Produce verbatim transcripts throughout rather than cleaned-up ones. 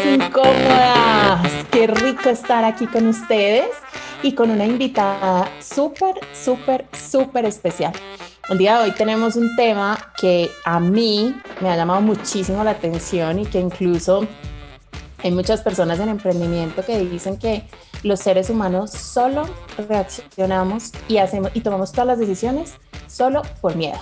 incómodas. Qué rico estar aquí con ustedes y con una invitada súper, súper, súper especial. El día de hoy tenemos un tema que a mí me ha llamado muchísimo la atención y que incluso hay muchas personas en emprendimiento que dicen que los seres humanos solo reaccionamos y hacemos y tomamos todas las decisiones solo por miedo.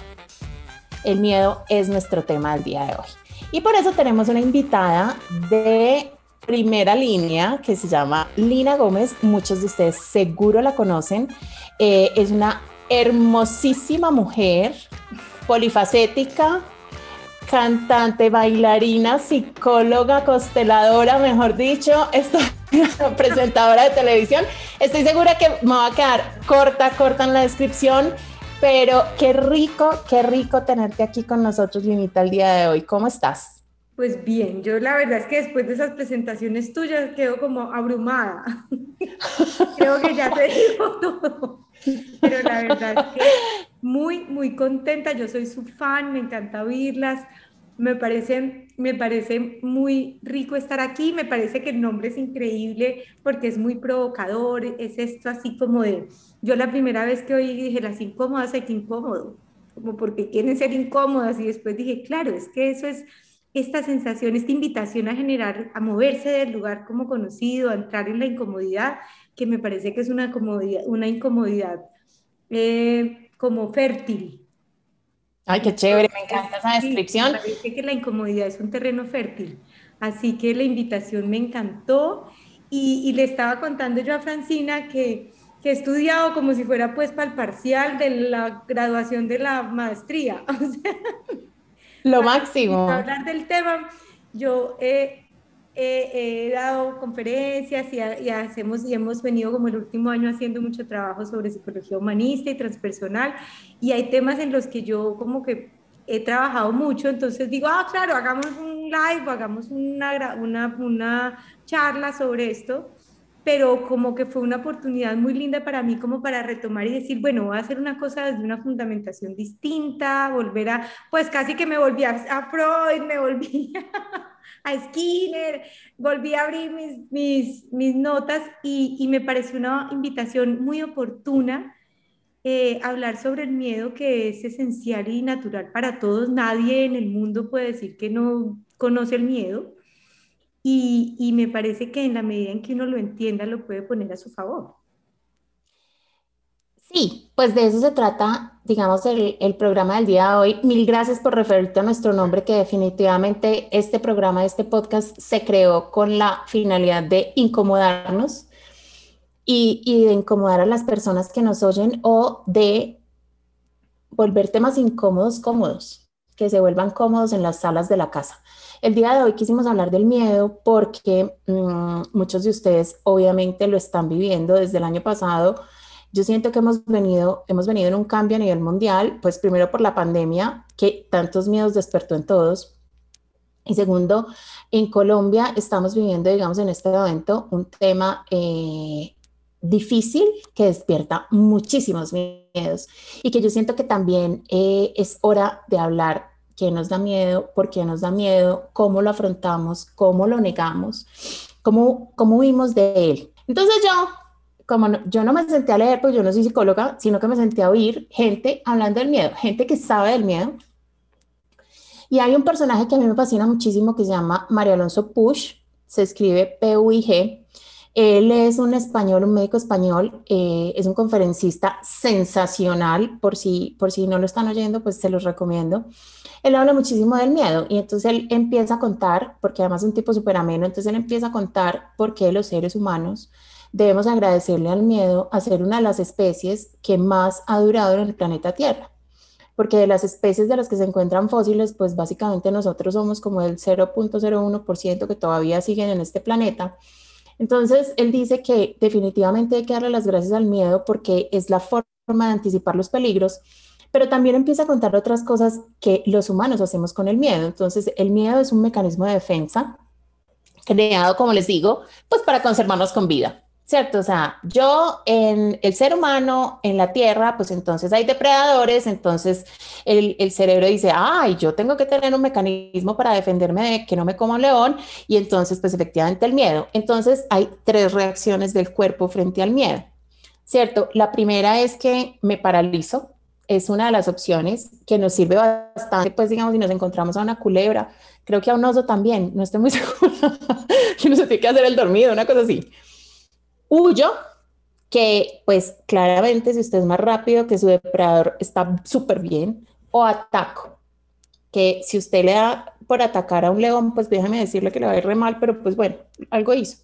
El miedo es nuestro tema del día de hoy. Y por eso tenemos una invitada de primera línea que se llama Lina Gómez. Muchos de ustedes seguro la conocen. Eh, es una hermosísima mujer, polifacética, cantante, bailarina, psicóloga, consteladora, mejor dicho, estoy presentadora de televisión. Estoy segura que me va a quedar corta, corta en la descripción, pero qué rico, qué rico tenerte aquí con nosotros, Linita, el día de hoy. ¿Cómo estás? Pues bien, yo la verdad es que después de esas presentaciones tuyas quedo como abrumada. Creo que ya te digo todo, pero la verdad es que muy, muy contenta. Yo soy su fan, me encanta oírlas. Me parece, me parece muy rico estar aquí. Me parece que el nombre es increíble porque es muy provocador. Es esto así como de, yo la primera vez que oí dije, las incómodas, hay que incómodo, como porque quieren ser incómodas. Y después dije, claro, es que eso es esta sensación, esta invitación a generar, a moverse del lugar como conocido, a entrar en la incomodidad, que me parece que es una, comodidad, una incomodidad eh, como fértil. Ay, qué chévere, me Entonces, encanta esa sí, me descripción. parece que la incomodidad es un terreno fértil. Así que la invitación me encantó y, y le estaba contando yo a Francina que, que he estudiado como si fuera pues para el parcial de la graduación de la maestría. O sea, Lo cuando me invitó a máximo. hablar del tema, yo he, he- he dado conferencias y, ha- y hacemos, y hemos venido como el último año haciendo mucho trabajo sobre psicología humanista y transpersonal, y hay temas en los que yo como que he trabajado mucho, entonces digo, ah, claro, hagamos un live o hagamos una, gra- una, una charla sobre esto, pero como que fue una oportunidad muy linda para mí como para retomar y decir, bueno, voy a hacer una cosa desde una fundamentación distinta, volver a, pues casi que me volví a, a Freud, me volví a, a Skinner, volví a abrir mis, mis, mis notas y, y me pareció una invitación muy oportuna eh, hablar sobre el miedo que es esencial y natural para todos. Nadie en el mundo puede decir que no conoce el miedo y, y me parece que en la medida en que uno lo entienda lo puede poner a su favor. Sí, pues de eso se trata, digamos, el, el programa del día de hoy. Mil gracias por referirte a nuestro nombre, que definitivamente este programa, este podcast se creó con la finalidad de incomodarnos y, y de incomodar a las personas que nos oyen o de volver temas incómodos cómodos, que se vuelvan cómodos en las salas de la casa. El día de hoy quisimos hablar del miedo porque mmm, muchos de ustedes obviamente lo están viviendo desde el año pasado. Yo siento que hemos venido, hemos venido en un cambio a nivel mundial, pues primero por la pandemia, que tantos miedos despertó en todos. Y segundo, en Colombia estamos viviendo, digamos, en este momento un tema eh, difícil que despierta muchísimos miedos y que yo siento que también eh, es hora de hablar qué nos da miedo, por qué nos da miedo, cómo lo afrontamos, cómo lo negamos, cómo, cómo huimos de él. Entonces yo, como no, yo no me senté a leer, pues yo no soy psicóloga, sino que me senté a oír gente hablando del miedo, gente que sabe del miedo. Y hay un personaje que a mí me fascina muchísimo que se llama Mario Alonso Puig, se escribe P U I G. Él es un español, un médico español, eh, es un conferencista sensacional, por si, por si no lo están oyendo, pues se los recomiendo. Él habla muchísimo del miedo y entonces él empieza a contar, porque además es un tipo súper ameno, entonces él empieza a contar por qué los seres humanos debemos agradecerle al miedo a ser una de las especies que más ha durado en el planeta Tierra, porque de las especies de las que se encuentran fósiles, pues básicamente nosotros somos como el cero punto cero uno por ciento que todavía siguen en este planeta. Entonces, él dice que definitivamente hay que darle las gracias al miedo porque es la forma de anticipar los peligros, pero también empieza a contar otras cosas que los humanos hacemos con el miedo. Entonces, el miedo es un mecanismo de defensa creado, como les digo, pues para conservarnos con vida. ¿cierto? O sea, yo en el ser humano, en la tierra, pues entonces hay depredadores, entonces el, el cerebro dice, ay, yo tengo que tener un mecanismo para defenderme de que no me coma un león, y entonces pues efectivamente el miedo. Entonces hay tres reacciones del cuerpo frente al miedo, ¿cierto? La primera es que me paralizo, es una de las opciones que nos sirve bastante, pues digamos, si nos encontramos a una culebra, creo que a un oso también, no estoy muy segura, que no se tiene que hacer el dormido, una cosa así. Huyo, que pues claramente si usted es más rápido que su depredador está súper bien, o ataco, que si usted le da por atacar a un león, pues déjame decirle que le va a ir re mal, pero pues bueno, algo hizo.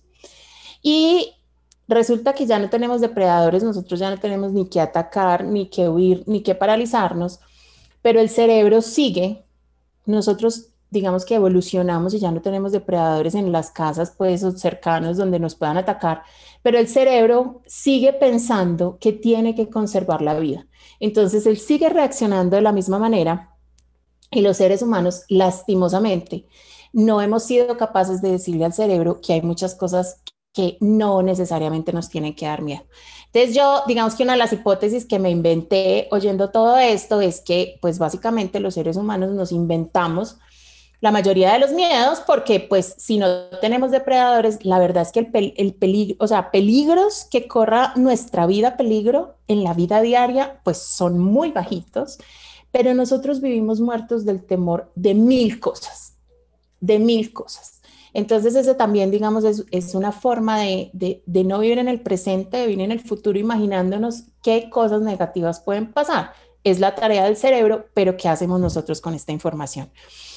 Y resulta que ya no tenemos depredadores, nosotros ya no tenemos ni que atacar, ni que huir, ni que paralizarnos, pero el cerebro sigue, nosotros digamos que evolucionamos y ya no tenemos depredadores en las casas pues o cercanos donde nos puedan atacar, pero el cerebro sigue pensando que tiene que conservar la vida. Entonces él sigue reaccionando de la misma manera y los seres humanos lastimosamente no hemos sido capaces de decirle al cerebro que hay muchas cosas que no necesariamente nos tienen que dar miedo. Entonces yo, digamos que una de las hipótesis que me inventé oyendo todo esto es que pues básicamente los seres humanos nos inventamos la mayoría de los miedos porque pues si no tenemos depredadores, la verdad es que el, pel el peligro, o sea, peligros que corra nuestra vida, peligro en la vida diaria, pues son muy bajitos, pero nosotros vivimos muertos del temor de mil cosas, de mil cosas. Entonces eso también, digamos, es, es una forma de, de, de no vivir en el presente, de vivir en el futuro imaginándonos qué cosas negativas pueden pasar. Es la tarea del cerebro, pero ¿qué hacemos nosotros con esta información?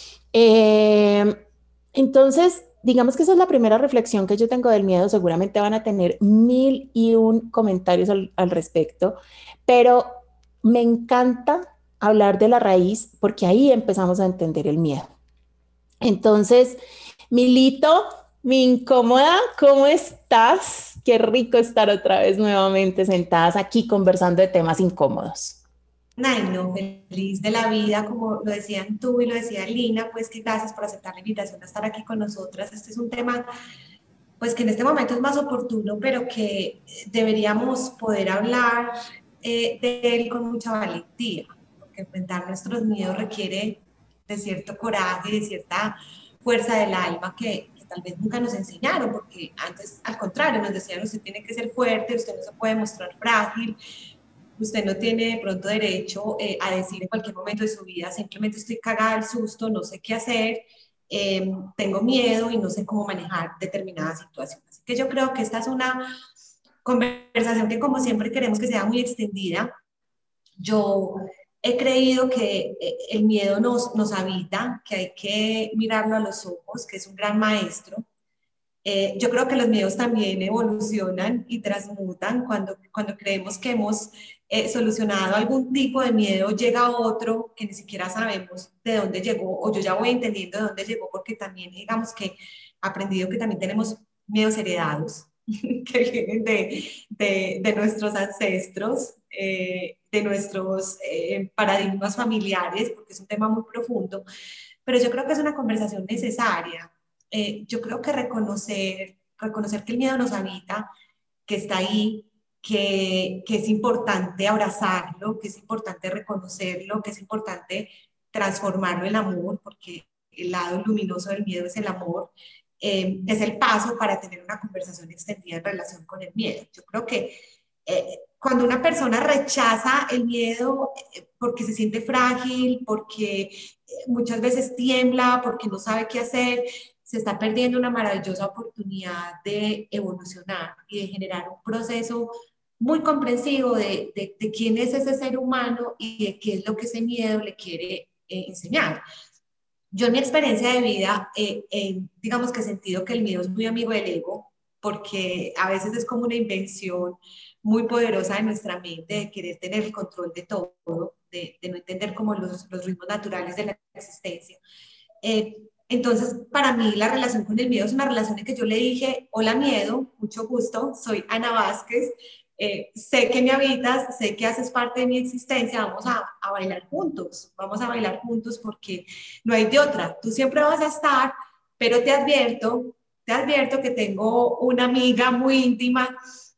Eh, entonces, digamos que esa es la primera reflexión que yo tengo del miedo. Seguramente van a tener mil y un comentarios al, al respecto, pero me encanta hablar de la raíz porque ahí empezamos a entender el miedo. Entonces, Milito, mi incómoda, ¿cómo estás? Qué rico estar otra vez nuevamente sentadas aquí conversando de temas incómodos. Ay, no, feliz de la vida, como lo decían tú y lo decía Lina, pues que gracias por aceptar la invitación a estar aquí con nosotras. Este es un tema, pues que en este momento es más oportuno, pero que deberíamos poder hablar eh, de él con mucha valentía, porque enfrentar nuestros miedos requiere de cierto coraje, de cierta fuerza del alma que, que tal vez nunca nos enseñaron, porque antes, al contrario, nos decían, usted tiene que ser fuerte, usted no se puede mostrar frágil, usted no tiene de pronto derecho eh, a decir en cualquier momento de su vida, simplemente estoy cagada del susto, no sé qué hacer, eh, tengo miedo y no sé cómo manejar determinadas situaciones. Así que yo creo que esta es una conversación que como siempre queremos que sea muy extendida. Yo he creído que eh, el miedo nos, nos habita, que hay que mirarlo a los ojos, que es un gran maestro. Eh, yo creo que los miedos también evolucionan y transmutan cuando, cuando creemos que hemos eh, solucionado algún tipo de miedo, llega otro que ni siquiera sabemos de dónde llegó, o yo ya voy entendiendo de dónde llegó, porque también digamos que he aprendido que también tenemos miedos heredados que vienen de, de, de nuestros ancestros, eh, de nuestros eh, paradigmas familiares, porque es un tema muy profundo, pero yo creo que es una conversación necesaria. Eh, yo creo que reconocer, reconocer que el miedo nos habita, que está ahí, que, que es importante abrazarlo, que es importante reconocerlo, que es importante transformarlo en amor, porque el lado luminoso del miedo es el amor, eh, es el paso para tener una conversación extendida en relación con el miedo. Yo creo que eh, cuando una persona rechaza el miedo eh, porque se siente frágil, porque eh, muchas veces tiembla, porque no sabe qué hacer, se está perdiendo una maravillosa oportunidad de evolucionar y de generar un proceso muy comprensivo de, de, de quién es ese ser humano y de qué es lo que ese miedo le quiere eh, enseñar. Yo en mi experiencia de vida, eh, eh, digamos que he sentido que el miedo es muy amigo del ego, porque a veces es como una invención muy poderosa de nuestra mente, de querer tener el control de todo, de, de no entender como los, los ritmos naturales de la existencia. Eh, entonces, para mí la relación con el miedo es una relación en que yo le dije, hola miedo, mucho gusto, soy Ana Vázquez, eh, sé que me habitas, sé que haces parte de mi existencia, vamos a, a bailar juntos, vamos a bailar juntos porque no hay de otra, tú siempre vas a estar, pero te advierto, te advierto que tengo una amiga muy íntima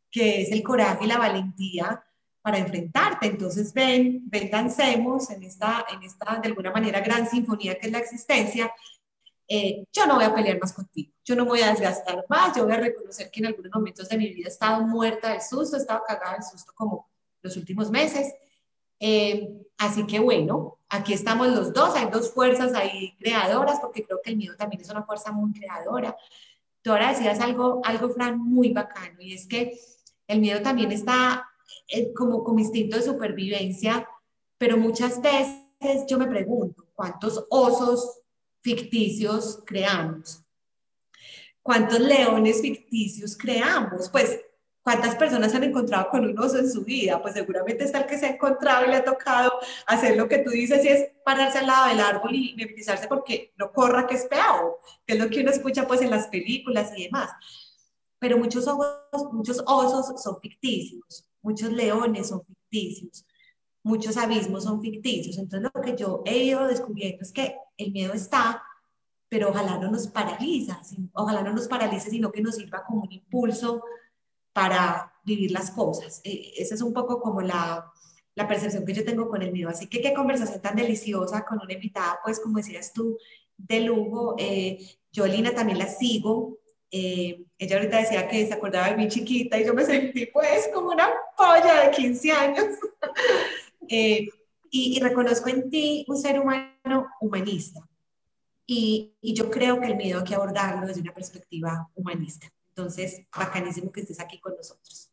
que es el coraje y la valentía para enfrentarte. Entonces ven, ven, dancemos en esta, en esta, de alguna manera, gran sinfonía que es la existencia. Eh, yo no voy a pelear más contigo, yo no voy a desgastar más, yo voy a reconocer que en algunos momentos de mi vida he estado muerta del susto, he estado cagada del susto como los últimos meses. Eh, así que bueno, aquí estamos los dos, hay dos fuerzas ahí creadoras, porque creo que el miedo también es una fuerza muy creadora. Tú ahora decías algo, algo, Fran, muy bacano, y es que el miedo también está eh, como, como instinto de supervivencia, pero muchas veces yo me pregunto, ¿cuántos osos ficticios creamos? ¿Cuántos leones ficticios creamos? Pues, ¿cuántas personas se han encontrado con un oso en su vida? Pues seguramente está el que se ha encontrado y le ha tocado hacer lo que tú dices, y es pararse al lado del árbol y mimetizarse porque no corra, que es peor, que es lo que uno escucha pues en las películas y demás. Pero muchos osos, muchos osos son ficticios, muchos leones son ficticios, muchos abismos son ficticios. Entonces lo que yo he ido descubriendo es que el miedo está, pero ojalá no nos paraliza, ojalá no nos paralice, sino que nos sirva como un impulso para vivir las cosas. Eh, esa es un poco como la, la percepción que yo tengo con el miedo. Así que qué conversación tan deliciosa con una invitada, pues como decías tú, de lujo. Eh, yo, Lina, también la sigo. Eh, ella ahorita decía que se acordaba de mí chiquita y yo me sentí pues como una polla de quince años. eh, y, y reconozco en ti un ser humano humanista. Y, y yo creo que el miedo hay que abordarlo desde una perspectiva humanista. Entonces, bacanísimo que estés aquí con nosotros.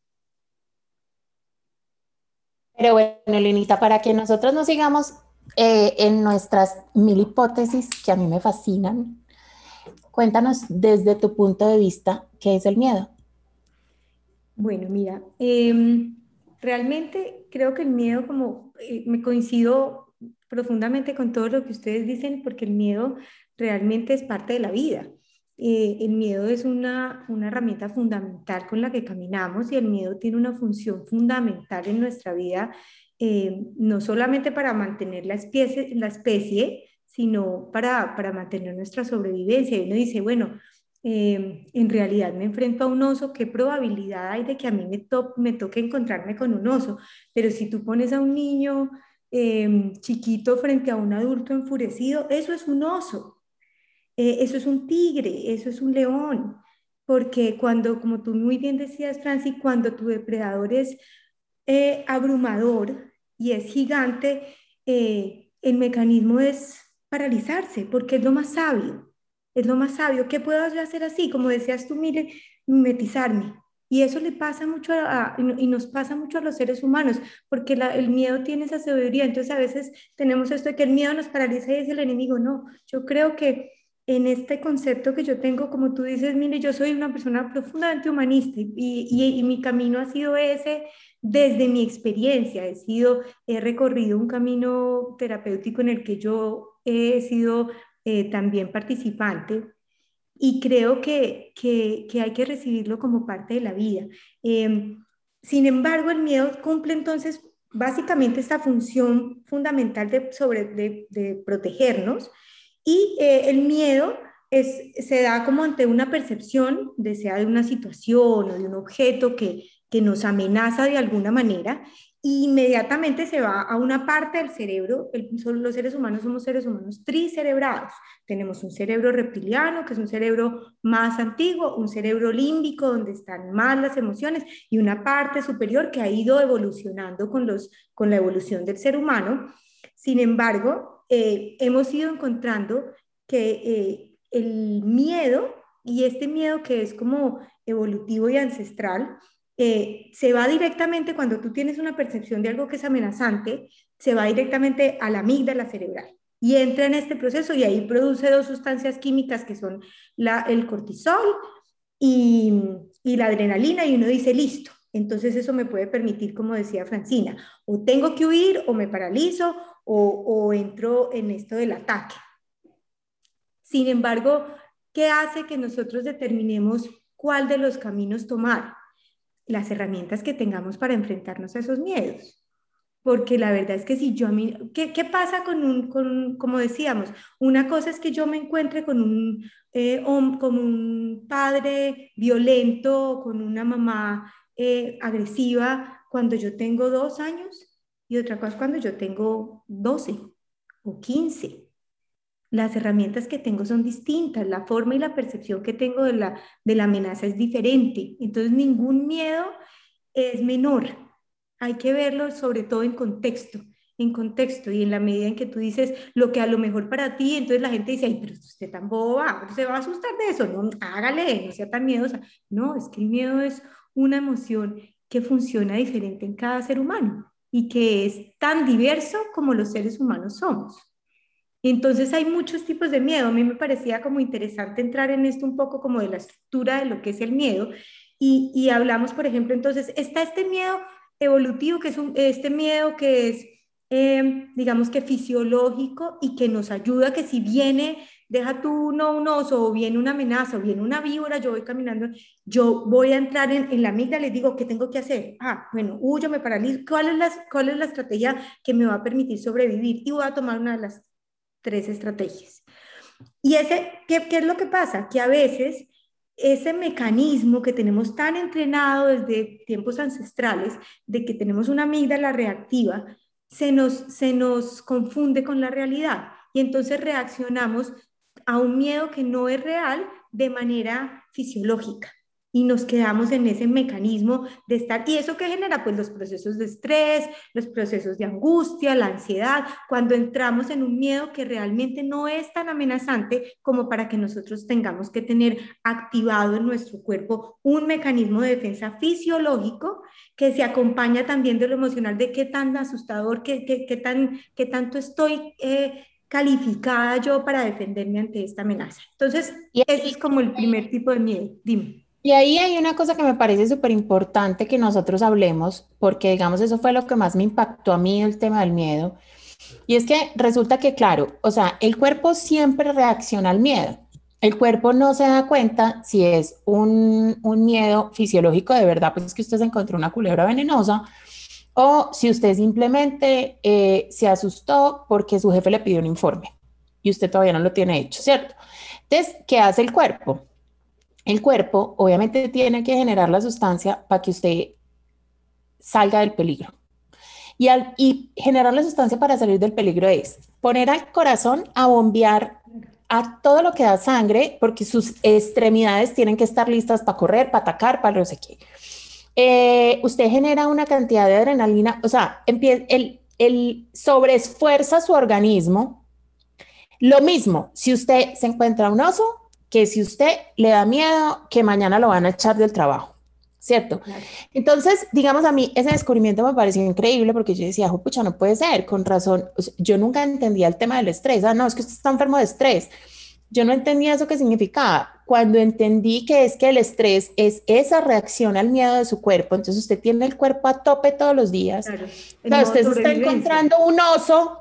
Pero bueno, Linita, para que nosotros no sigamos eh, en nuestras mil hipótesis que a mí me fascinan, cuéntanos desde tu punto de vista, ¿qué es el miedo? Bueno, mira, eh, realmente creo que el miedo, como eh, me coincido profundamente con todo lo que ustedes dicen, porque el miedo realmente es parte de la vida. Eh, el miedo es una, una herramienta fundamental con la que caminamos, y el miedo tiene una función fundamental en nuestra vida, eh, no solamente para mantener la especie, la especie sino para, para mantener nuestra sobrevivencia. Y uno dice, bueno, eh, en realidad me enfrento a un oso, ¿qué probabilidad hay de que a mí me, to me toque encontrarme con un oso? Pero si tú pones a un niño eh, chiquito frente a un adulto enfurecido, eso es un oso, eh, eso es un tigre, eso es un león, porque cuando, como tú muy bien decías, Francis, cuando tu depredador es eh, abrumador y es gigante, eh, el mecanismo es paralizarse, porque es lo más sabio, es lo más sabio. ¿Qué puedo yo hacer así? Como decías tú, Mire, mimetizarme. Y eso le pasa mucho a, a, y nos pasa mucho a los seres humanos, porque la, el miedo tiene esa sabiduría. Entonces a veces tenemos esto de que el miedo nos paraliza y es el enemigo. No, yo creo que en este concepto que yo tengo, como tú dices, mire, yo soy una persona profundamente humanista, y, y, y mi camino ha sido ese desde mi experiencia. He sido, he recorrido un camino terapéutico en el que yo he sido eh, también participante, y creo que, que, que, hay que recibirlo como parte de la vida. Eh, sin embargo, el miedo cumple entonces básicamente esta función fundamental de, sobre, de, de protegernos, y eh, el miedo es, se da como ante una percepción, de sea de una situación o de un objeto que, que nos amenaza de alguna manera, y inmediatamente se va a una parte del cerebro. El, los seres humanos somos seres humanos tricerebrados. Tenemos un cerebro reptiliano, que es un cerebro más antiguo, un cerebro límbico, donde están más las emociones, y una parte superior que ha ido evolucionando con, los, con la evolución del ser humano. Sin embargo, eh, hemos ido encontrando que eh, el miedo, y este miedo que es como evolutivo y ancestral, eh, se va directamente, cuando tú tienes una percepción de algo que es amenazante, se va directamente a la amígdala cerebral y entra en este proceso, y ahí produce dos sustancias químicas que son la, el cortisol y, y la adrenalina, y uno dice, listo. Entonces eso me puede permitir, como decía Francina, o tengo que huir, o me paralizo, o, o entro en esto del ataque. Sin embargo, ¿qué hace que nosotros determinemos cuál de los caminos tomar? Las herramientas que tengamos para enfrentarnos a esos miedos. Porque la verdad es que si yo a mí, ¿qué, qué pasa con un, con, como decíamos, una cosa es que yo me encuentre con un, eh, con un padre violento, con una mamá eh, agresiva cuando yo tengo dos años y otra cosa cuando yo tengo doce o quince. Las herramientas que tengo son distintas, la forma y la percepción que tengo de la, de la amenaza es diferente. Entonces, ningún miedo es menor. Hay que verlo sobre todo en contexto, en contexto y en la medida en que tú dices lo que a lo mejor para ti, entonces la gente dice, ay, pero usted tan boba, se va a asustar de eso, no, hágale, no sea tan miedosa. No, es que el miedo es una emoción que funciona diferente en cada ser humano y que es tan diverso como los seres humanos somos. Entonces hay muchos tipos de miedo. A mí me parecía como interesante entrar en esto un poco como de la estructura de lo que es el miedo. Y, y hablamos, por ejemplo, entonces, está este miedo evolutivo, que es un, este miedo que es, eh, digamos que fisiológico y que nos ayuda, que si viene, deja tú no un oso, o viene una amenaza, o viene una víbora, yo voy caminando, yo voy a entrar en, en la amígdala, les digo, ¿qué tengo que hacer? Ah, bueno, huyo, me paralizo. ¿Cuál es, la, ¿Cuál es la estrategia que me va a permitir sobrevivir? Y voy a tomar una de las tres estrategias. Y ese, ¿qué, qué es lo que pasa? Que a veces ese mecanismo que tenemos tan entrenado desde tiempos ancestrales, de que tenemos una amígdala reactiva, se nos, se nos confunde con la realidad. Y entonces reaccionamos a un miedo que no es real de manera fisiológica. Y nos quedamos en ese mecanismo de estar, y eso que genera pues los procesos de estrés, los procesos de angustia, la ansiedad, cuando entramos en un miedo que realmente no es tan amenazante como para que nosotros tengamos que tener activado en nuestro cuerpo un mecanismo de defensa fisiológico que se acompaña también de lo emocional, de qué tan asustador, qué, qué, qué, tan, qué tanto estoy eh, calificada yo para defenderme ante esta amenaza. Entonces, Y ese es como el primer tipo de miedo. Dime. Y ahí hay una cosa que me parece súper importante que nosotros hablemos, porque digamos eso fue lo que más me impactó a mí el tema del miedo. Y es que resulta que, claro, o sea, el cuerpo siempre reacciona al miedo. El cuerpo no se da cuenta si es un, un miedo fisiológico de verdad, pues es que usted se encontró una culebra venenosa, o si usted simplemente eh, se asustó porque su jefe le pidió un informe y usted todavía no lo tiene hecho, ¿cierto? Entonces, ¿qué hace el cuerpo? El cuerpo obviamente tiene que generar la sustancia para que usted salga del peligro. Y, al, y generar la sustancia para salir del peligro es poner al corazón a bombear a todo lo que da sangre, porque sus extremidades tienen que estar listas para correr, para atacar, para no sé qué. Eh, usted genera una cantidad de adrenalina, o sea, el, el sobreesfuerza su organismo. Lo mismo, si usted se encuentra un oso, que si usted le da miedo que mañana lo van a echar del trabajo, ¿cierto? Claro. Entonces, digamos, a mí ese descubrimiento me pareció increíble porque yo decía, oh, pucha, no puede ser, con razón. O sea, yo nunca entendía el tema del estrés. Ah, no, es que usted está enfermo de estrés. Yo no entendía eso que significaba. Cuando entendí que es que el estrés es esa reacción al miedo de su cuerpo, entonces usted tiene el cuerpo a tope todos los días. Claro, o sea, usted se está encontrando un oso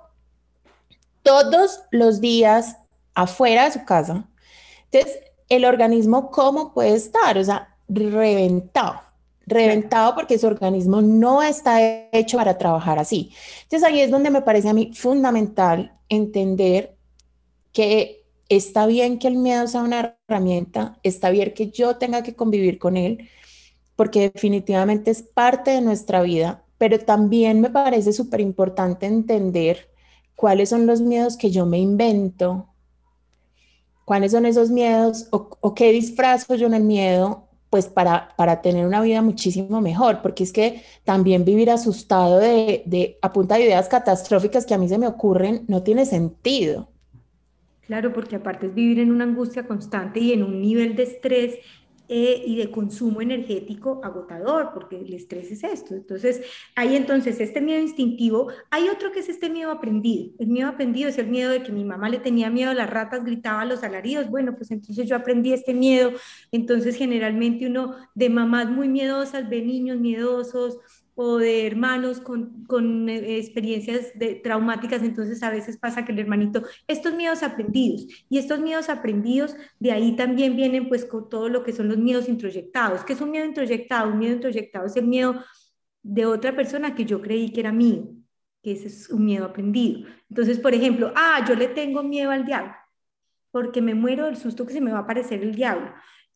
todos los días afuera de su casa. Entonces, el organismo, ¿cómo puede estar? O sea, reventado, reventado porque su organismo no está hecho para trabajar así. Entonces, ahí es donde me parece a mí fundamental entender que está bien que el miedo sea una herramienta, está bien que yo tenga que convivir con él, porque definitivamente es parte de nuestra vida, pero también me parece súper importante entender cuáles son los miedos que yo me invento, cuáles son esos miedos o, o qué disfrazo yo en el miedo, pues para, para tener una vida muchísimo mejor, porque es que también vivir asustado de, de, a punta de ideas catastróficas que a mí se me ocurren no tiene sentido. Claro, porque aparte es vivir en una angustia constante y en un nivel de estrés Eh, y de consumo energético agotador, porque el estrés es esto. Entonces, hay entonces este miedo instintivo. Hay otro que es este miedo aprendido. El miedo aprendido es el miedo de que mi mamá le tenía miedo a las ratas, gritaba a los alaridos. Bueno, pues entonces yo aprendí este miedo. Entonces, generalmente uno de mamás muy miedosas ve niños miedosos, o de hermanos con, con eh, experiencias de, traumáticas, entonces a veces pasa que el hermanito, estos miedos aprendidos, y estos miedos aprendidos, de ahí también vienen pues con todo lo que son los miedos introyectados. ¿Qué es un miedo introyectado? Un miedo introyectado es el miedo de otra persona que yo creí que era mío, que ese es un miedo aprendido. Entonces, por ejemplo, ah, yo le tengo miedo al diablo, porque me muero del susto que se me va a aparecer el diablo.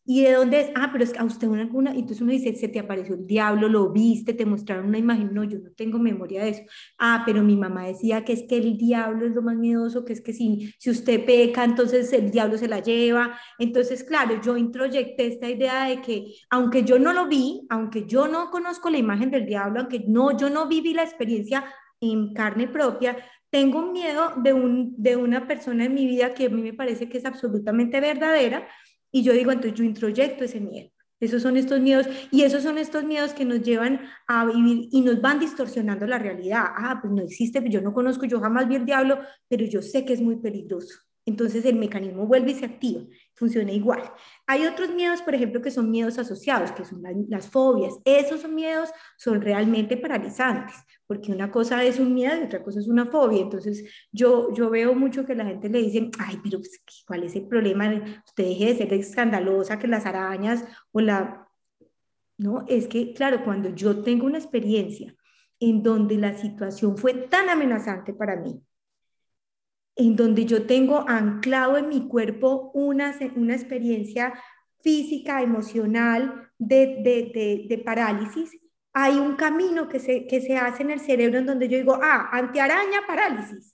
¿Y de dónde es? Ah, pero es que a usted una, alguna, entonces uno dice, se te apareció el diablo, lo viste, te mostraron una imagen. No, yo no tengo memoria de eso. Ah, pero mi mamá decía que es que el diablo es lo más miedoso, que es que si, si usted peca, entonces el diablo se la lleva. Entonces, claro, yo introyecté esta idea de que, aunque yo no lo vi, aunque yo no conozco la imagen del diablo, aunque no, yo no viví la experiencia en carne propia, tengo miedo de, un, de una persona en mi vida que a mí me parece que es absolutamente verdadera, y yo digo, entonces yo introyecto ese miedo. Esos son estos miedos, y esos son estos miedos que nos llevan a vivir y nos van distorsionando la realidad. Ah, pues no existe, yo no conozco, yo jamás vi el diablo, pero yo sé que es muy peligroso. Entonces el mecanismo vuelve y se activa, funciona igual. Hay otros miedos, por ejemplo, que son miedos asociados, que son las, las fobias. Esos son miedos, son realmente paralizantes, porque una cosa es un miedo y otra cosa es una fobia. Entonces yo, yo veo mucho que la gente le dice, ay, pero pues, ¿cuál es el problema? Usted deje de ser escandalosa, que las arañas o la... No, es que, claro, cuando yo tengo una experiencia en donde la situación fue tan amenazante para mí, en donde yo tengo anclado en mi cuerpo una, una experiencia física, emocional, de, de, de, de parálisis, hay un camino que se, que se hace en el cerebro en donde yo digo, ah, antiaraña, parálisis.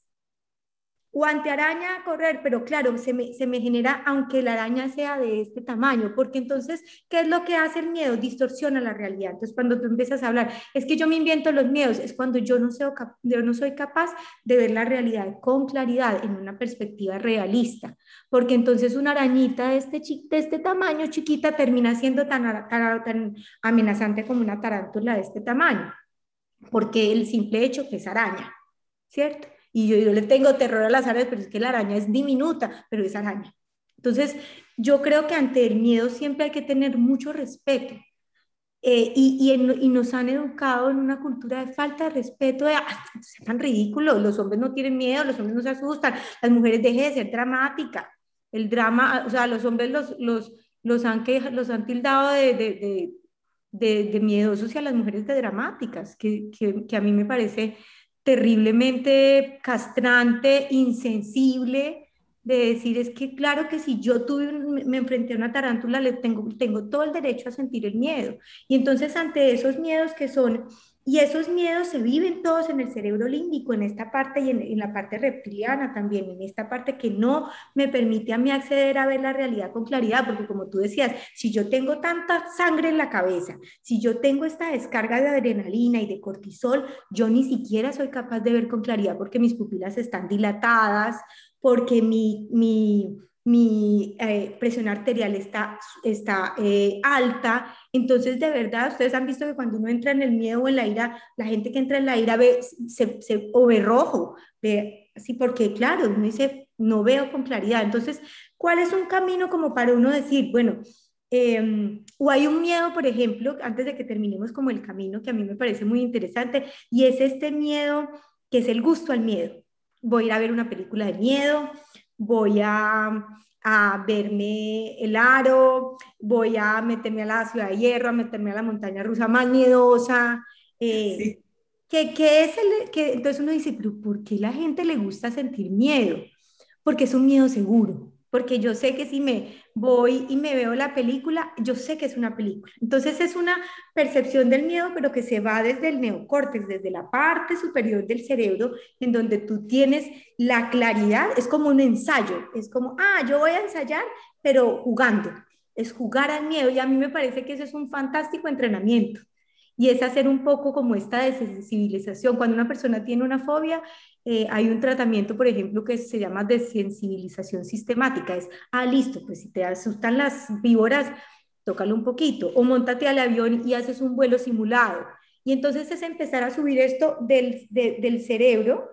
O ante araña a correr, pero claro, se me, se me genera, aunque la araña sea de este tamaño, porque entonces, ¿qué es lo que hace el miedo? Distorsiona la realidad. Entonces, cuando tú empiezas a hablar, es que yo me invento los miedos, es cuando yo no, soy, yo no soy capaz de ver la realidad con claridad, en una perspectiva realista, porque entonces una arañita de este, de este tamaño, chiquita, termina siendo tan, tan, tan amenazante como una tarántula de este tamaño, porque el simple hecho que es araña, ¿cierto? Y yo, yo le tengo terror a las arañas, pero es que la araña es diminuta, pero es araña. Entonces, yo creo que ante el miedo siempre hay que tener mucho respeto. Eh, y, y, en, y nos han educado en una cultura de falta de respeto, de, ah, es tan ridículo, los hombres no tienen miedo, los hombres no se asustan, las mujeres dejen de ser dramática. El drama, o sea, los hombres los, los, los, han, que, los han tildado de, de, de, de, de miedosos y a las mujeres de dramáticas, que, que, que a mí me parece terriblemente castrante, insensible, de decir, es que claro que si yo tuve un, me enfrenté a una tarántula, le tengo, tengo todo el derecho a sentir el miedo. Y entonces ante esos miedos que son, y esos miedos se viven todos en el cerebro límbico, en esta parte y en, en la parte reptiliana también, en esta parte que no me permite a mí acceder a ver la realidad con claridad, porque como tú decías, si yo tengo tanta sangre en la cabeza, si yo tengo esta descarga de adrenalina y de cortisol, yo ni siquiera soy capaz de ver con claridad porque mis pupilas están dilatadas, porque mi, mi, mi eh, presión arterial está, está eh, alta. Entonces, de verdad, ustedes han visto que cuando uno entra en el miedo o en la ira, la gente que entra en la ira ve, se, se, o ve rojo, ve así, porque claro, uno dice, no veo con claridad. Entonces, ¿cuál es un camino como para uno decir, bueno, eh, o hay un miedo, por ejemplo, antes de que terminemos como el camino, que a mí me parece muy interesante, y es este miedo que es el gusto al miedo. Voy a ir a ver una película de miedo, voy a, a verme El Aro, voy a meterme a la Ciudad de Hierro, a meterme a la montaña rusa más miedosa. Eh, Sí. que, que es el, que, entonces uno dice, pero ¿por qué la gente le gusta sentir miedo? Porque es un miedo seguro, porque yo sé que si me voy y me veo la película, yo sé que es una película. Entonces es una percepción del miedo, pero que se va desde el neocórtex, desde la parte superior del cerebro, en donde tú tienes la claridad, es como un ensayo, es como, ah, yo voy a ensayar, pero jugando, es jugar al miedo, y a mí me parece que eso es un fantástico entrenamiento. Y es hacer un poco como esta desensibilización. Cuando una persona tiene una fobia, eh, hay un tratamiento, por ejemplo, que se llama desensibilización sistemática. Es, ah, listo, pues si te asustan las víboras, tócalo un poquito. O móntate al avión y haces un vuelo simulado. Y entonces es empezar a subir esto del, de, del cerebro,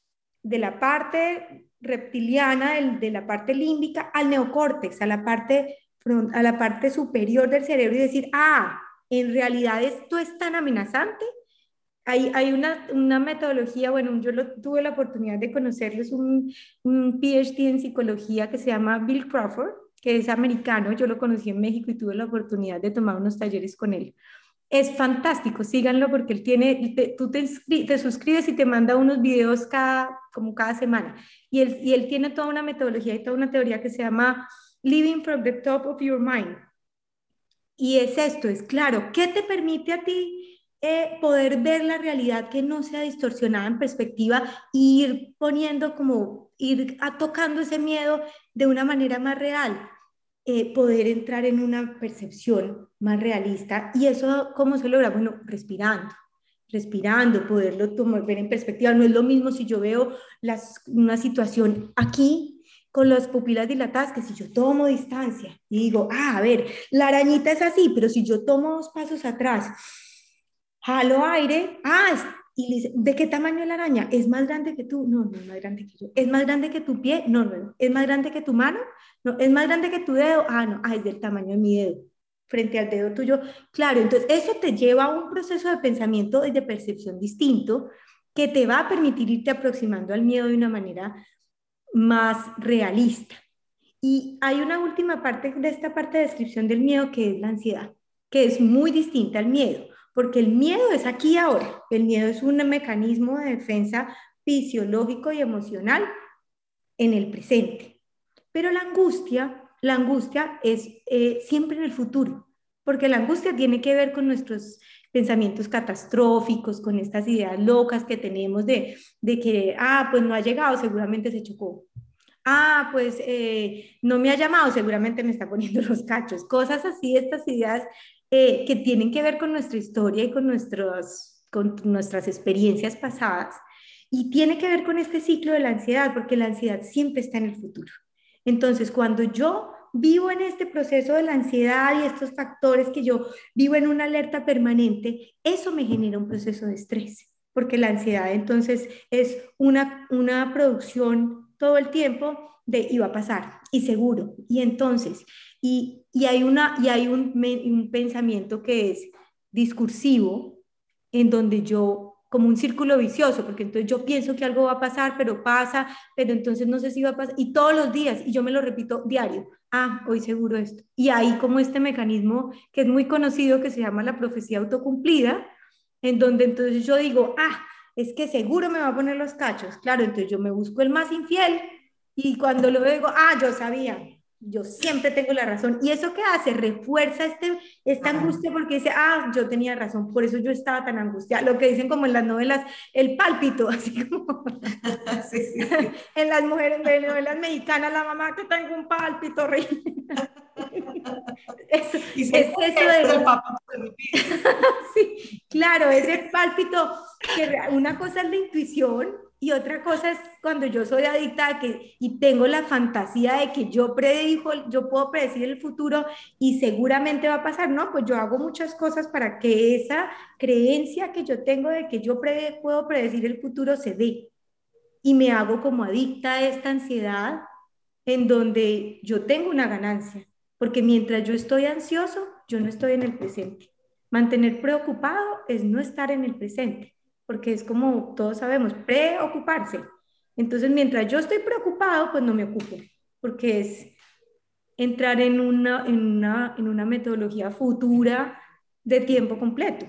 de la parte reptiliana, del, de la parte límbica, al neocórtex, a la parte, a la parte superior del cerebro, y decir, ah, en realidad esto es tan amenazante. Hay, hay una, una metodología, bueno, yo lo, tuve la oportunidad de conocerles un, un PhD en psicología que se llama Bill Crawford, que es americano, yo lo conocí en México y tuve la oportunidad de tomar unos talleres con él. Es fantástico, síganlo porque él tiene, te, tú te, te suscribes y te manda unos videos cada, como cada semana. Y él, y él tiene toda una metodología y toda una teoría que se llama Living from the Top of Your Mind. y es esto, es claro, ¿qué te permite a ti eh, poder ver la realidad que no sea distorsionada en perspectiva e ir poniendo como, ir a, tocando ese miedo de una manera más real? Eh, poder entrar en una percepción más realista. ¿Y eso cómo se logra? Bueno, respirando, respirando, poderlo tomar, ver en perspectiva. No es lo mismo si yo veo las, una situación aquí con las pupilas dilatadas que si yo tomo distancia y digo, ah, a ver, la arañita es así, pero si yo tomo dos pasos atrás, jalo aire, ah, y le dice, ¿de qué tamaño es la araña? ¿Es más grande que tú? No, no es más grande que yo. ¿Es más grande que tu pie? No, no, no. ¿Es más grande que tu mano? No. ¿Es más grande que tu dedo? Ah, no, ah, es del tamaño de mi dedo frente al dedo tuyo. Claro, entonces eso te lleva a un proceso de pensamiento y de percepción distinto que te va a permitir irte aproximando al miedo de una manera más realista. Y hay una última parte de esta parte de descripción del miedo que es la ansiedad, que es muy distinta al miedo, porque el miedo es aquí y ahora. El miedo es un mecanismo de defensa fisiológico y emocional en el presente. Pero la angustia, la angustia es eh, siempre en el futuro, porque la angustia tiene que ver con nuestros pensamientos catastróficos, con estas ideas locas que tenemos de, de que, ah, pues no ha llegado, seguramente se chocó. Ah, pues eh, no me ha llamado, seguramente me está poniendo los cachos. Cosas así, estas ideas eh, que tienen que ver con nuestra historia y con, nuestros, con nuestras experiencias pasadas. Y tiene que ver con este ciclo de la ansiedad, porque la ansiedad siempre está en el futuro. Entonces, cuando yo vivo en este proceso de la ansiedad y estos factores que yo vivo en una alerta permanente, eso me genera un proceso de estrés, porque la ansiedad entonces es una, una producción todo el tiempo de iba a pasar y seguro. Y entonces, y, y hay, una, y hay un, un pensamiento que es discursivo, en donde yo como un círculo vicioso, porque entonces yo pienso que algo va a pasar, pero pasa, pero entonces no sé si va a pasar, y todos los días, y yo me lo repito diario, ah, hoy seguro esto. Y hay como este mecanismo que es muy conocido, que se llama la profecía autocumplida, en donde entonces yo digo, ah, es que seguro me va a poner los cachos, claro, entonces yo me busco el más infiel, y cuando lo veo digo, ah, yo sabía, yo siempre tengo la razón. ¿Y eso qué hace? Refuerza este, esta angustia porque dice, ah, yo tenía razón, por eso yo estaba tan angustiada. Lo que dicen como en las novelas, el pálpito, así como sí, sí, sí. En las mujeres, en las novelas mexicanas, la mamá que tengo un pálpito. Eso, y es eso de... el papá. Sí, claro, ese pálpito, que una cosa es la intuición y otra cosa es cuando yo soy adicta a que, y tengo la fantasía de que yo predijo, yo puedo predecir el futuro y seguramente va a pasar, ¿no? Pues yo hago muchas cosas para que esa creencia que yo tengo de que yo pre, puedo predecir el futuro se dé. Y me hago como adicta a esta ansiedad en donde yo tengo una ganancia, porque mientras yo estoy ansioso, yo no estoy en el presente. Mantener preocupado es no estar en el presente, porque es como todos sabemos, preocuparse. Entonces, mientras yo estoy preocupado, pues no me ocupo, porque es entrar en una, en una, en una metodología futura de tiempo completo.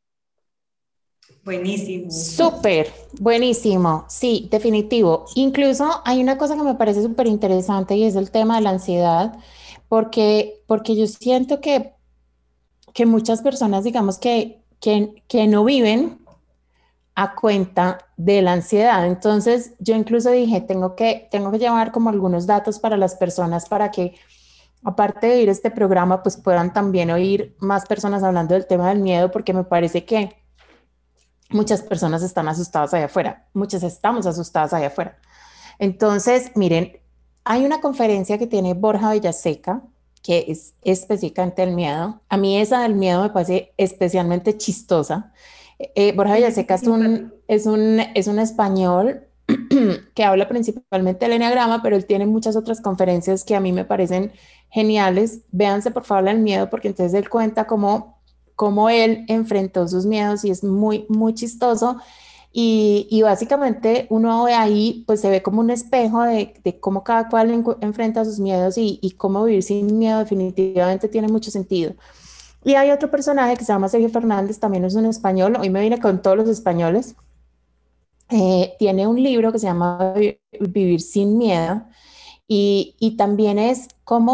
Buenísimo. Súper, buenísimo. Sí, definitivo. Incluso hay una cosa que me parece súper interesante y es el tema de la ansiedad, porque, porque yo siento que, que muchas personas, digamos, que, que, que no viven a cuenta de la ansiedad. Entonces, yo incluso dije, tengo que, tengo que llevar como algunos datos para las personas para que, aparte de oír este programa, pues puedan también oír más personas hablando del tema del miedo, porque me parece que muchas personas están asustadas allá afuera, muchas estamos asustadas allá afuera. Entonces, miren, hay una conferencia que tiene Borja Villaseca, que es específicamente del miedo. A mí esa del miedo me parece especialmente chistosa. Eh, Borja Villaseca es un, es, un, es un español que habla principalmente del enneagrama, pero él tiene muchas otras conferencias que a mí me parecen geniales. Véanse por favor el miedo, porque entonces él cuenta cómo, cómo él enfrentó sus miedos y es muy, muy chistoso. Y, y básicamente uno ve ahí, pues se ve como un espejo de, de cómo cada cual en, enfrenta sus miedos y, y cómo vivir sin miedo definitivamente tiene mucho sentido. Y hay otro personaje que se llama Sergio Fernández, también es un español, hoy me vine con todos los españoles. Eh, tiene un libro que se llama Vivir sin miedo y, y también es cómo,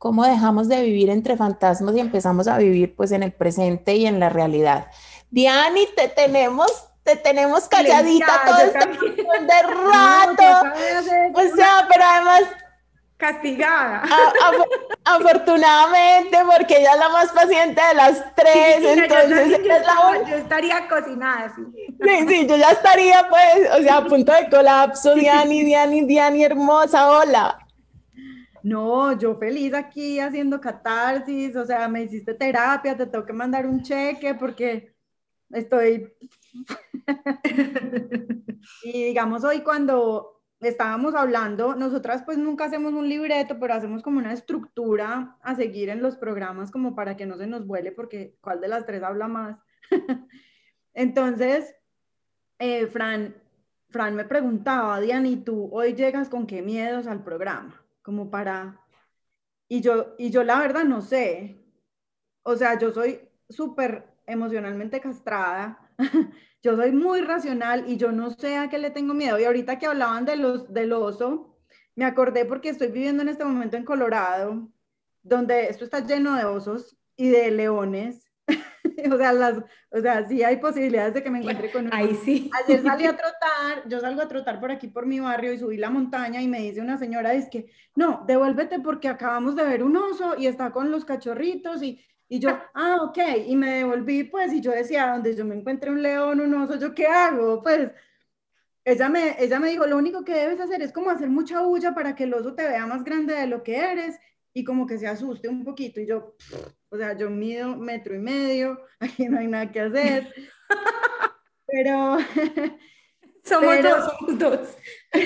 cómo dejamos de vivir entre fantasmas y empezamos a vivir pues en el presente y en la realidad. Diani, te tenemos, te tenemos calladita todo este montón de rato. No, o sea, pero además castigada. A, a, afortunadamente, porque ella es la más paciente de las tres, sí, sí, entonces yo, yo, es la... yo estaría cocinada, sí. Sí, sí, yo ya estaría pues, o sea, a punto de colapso. Diani, Diani, Diani, hermosa, hola. No, yo feliz aquí haciendo catarsis, o sea, me hiciste terapia, te tengo que mandar un cheque porque estoy... Y digamos hoy cuando estábamos hablando, nosotras pues nunca hacemos un libreto, pero hacemos como una estructura a seguir en los programas como para que no se nos vuele porque cuál de las tres habla más. Entonces, eh, Fran, Fran me preguntaba, Diana, ¿y tú hoy llegas con qué miedos al programa? Como para... Y yo, y yo la verdad no sé. O sea, yo soy súper emocionalmente castrada. Yo soy muy racional y yo no sé a qué le tengo miedo. Y ahorita que hablaban de los, del oso, me acordé porque estoy viviendo en este momento en Colorado, donde esto está lleno de osos y de leones. O sea, las, o sea, sí hay posibilidades de que me encuentre con uno. Ahí sí. Ayer salí a trotar, yo salgo a trotar por aquí por mi barrio y subí la montaña y me dice una señora, es que, no, devuélvete porque acabamos de ver un oso y está con los cachorritos y, y yo, ah, ok, y me devolví pues y yo decía, donde yo me encuentre un león, un oso, ¿yo qué hago? Pues ella me, ella me dijo, lo único que debes hacer es como hacer mucha bulla para que el oso te vea más grande de lo que eres y como que se asuste un poquito y yo... O sea, yo mido metro y medio, aquí no hay nada que hacer. Pero... Somos pero, dos, somos dos.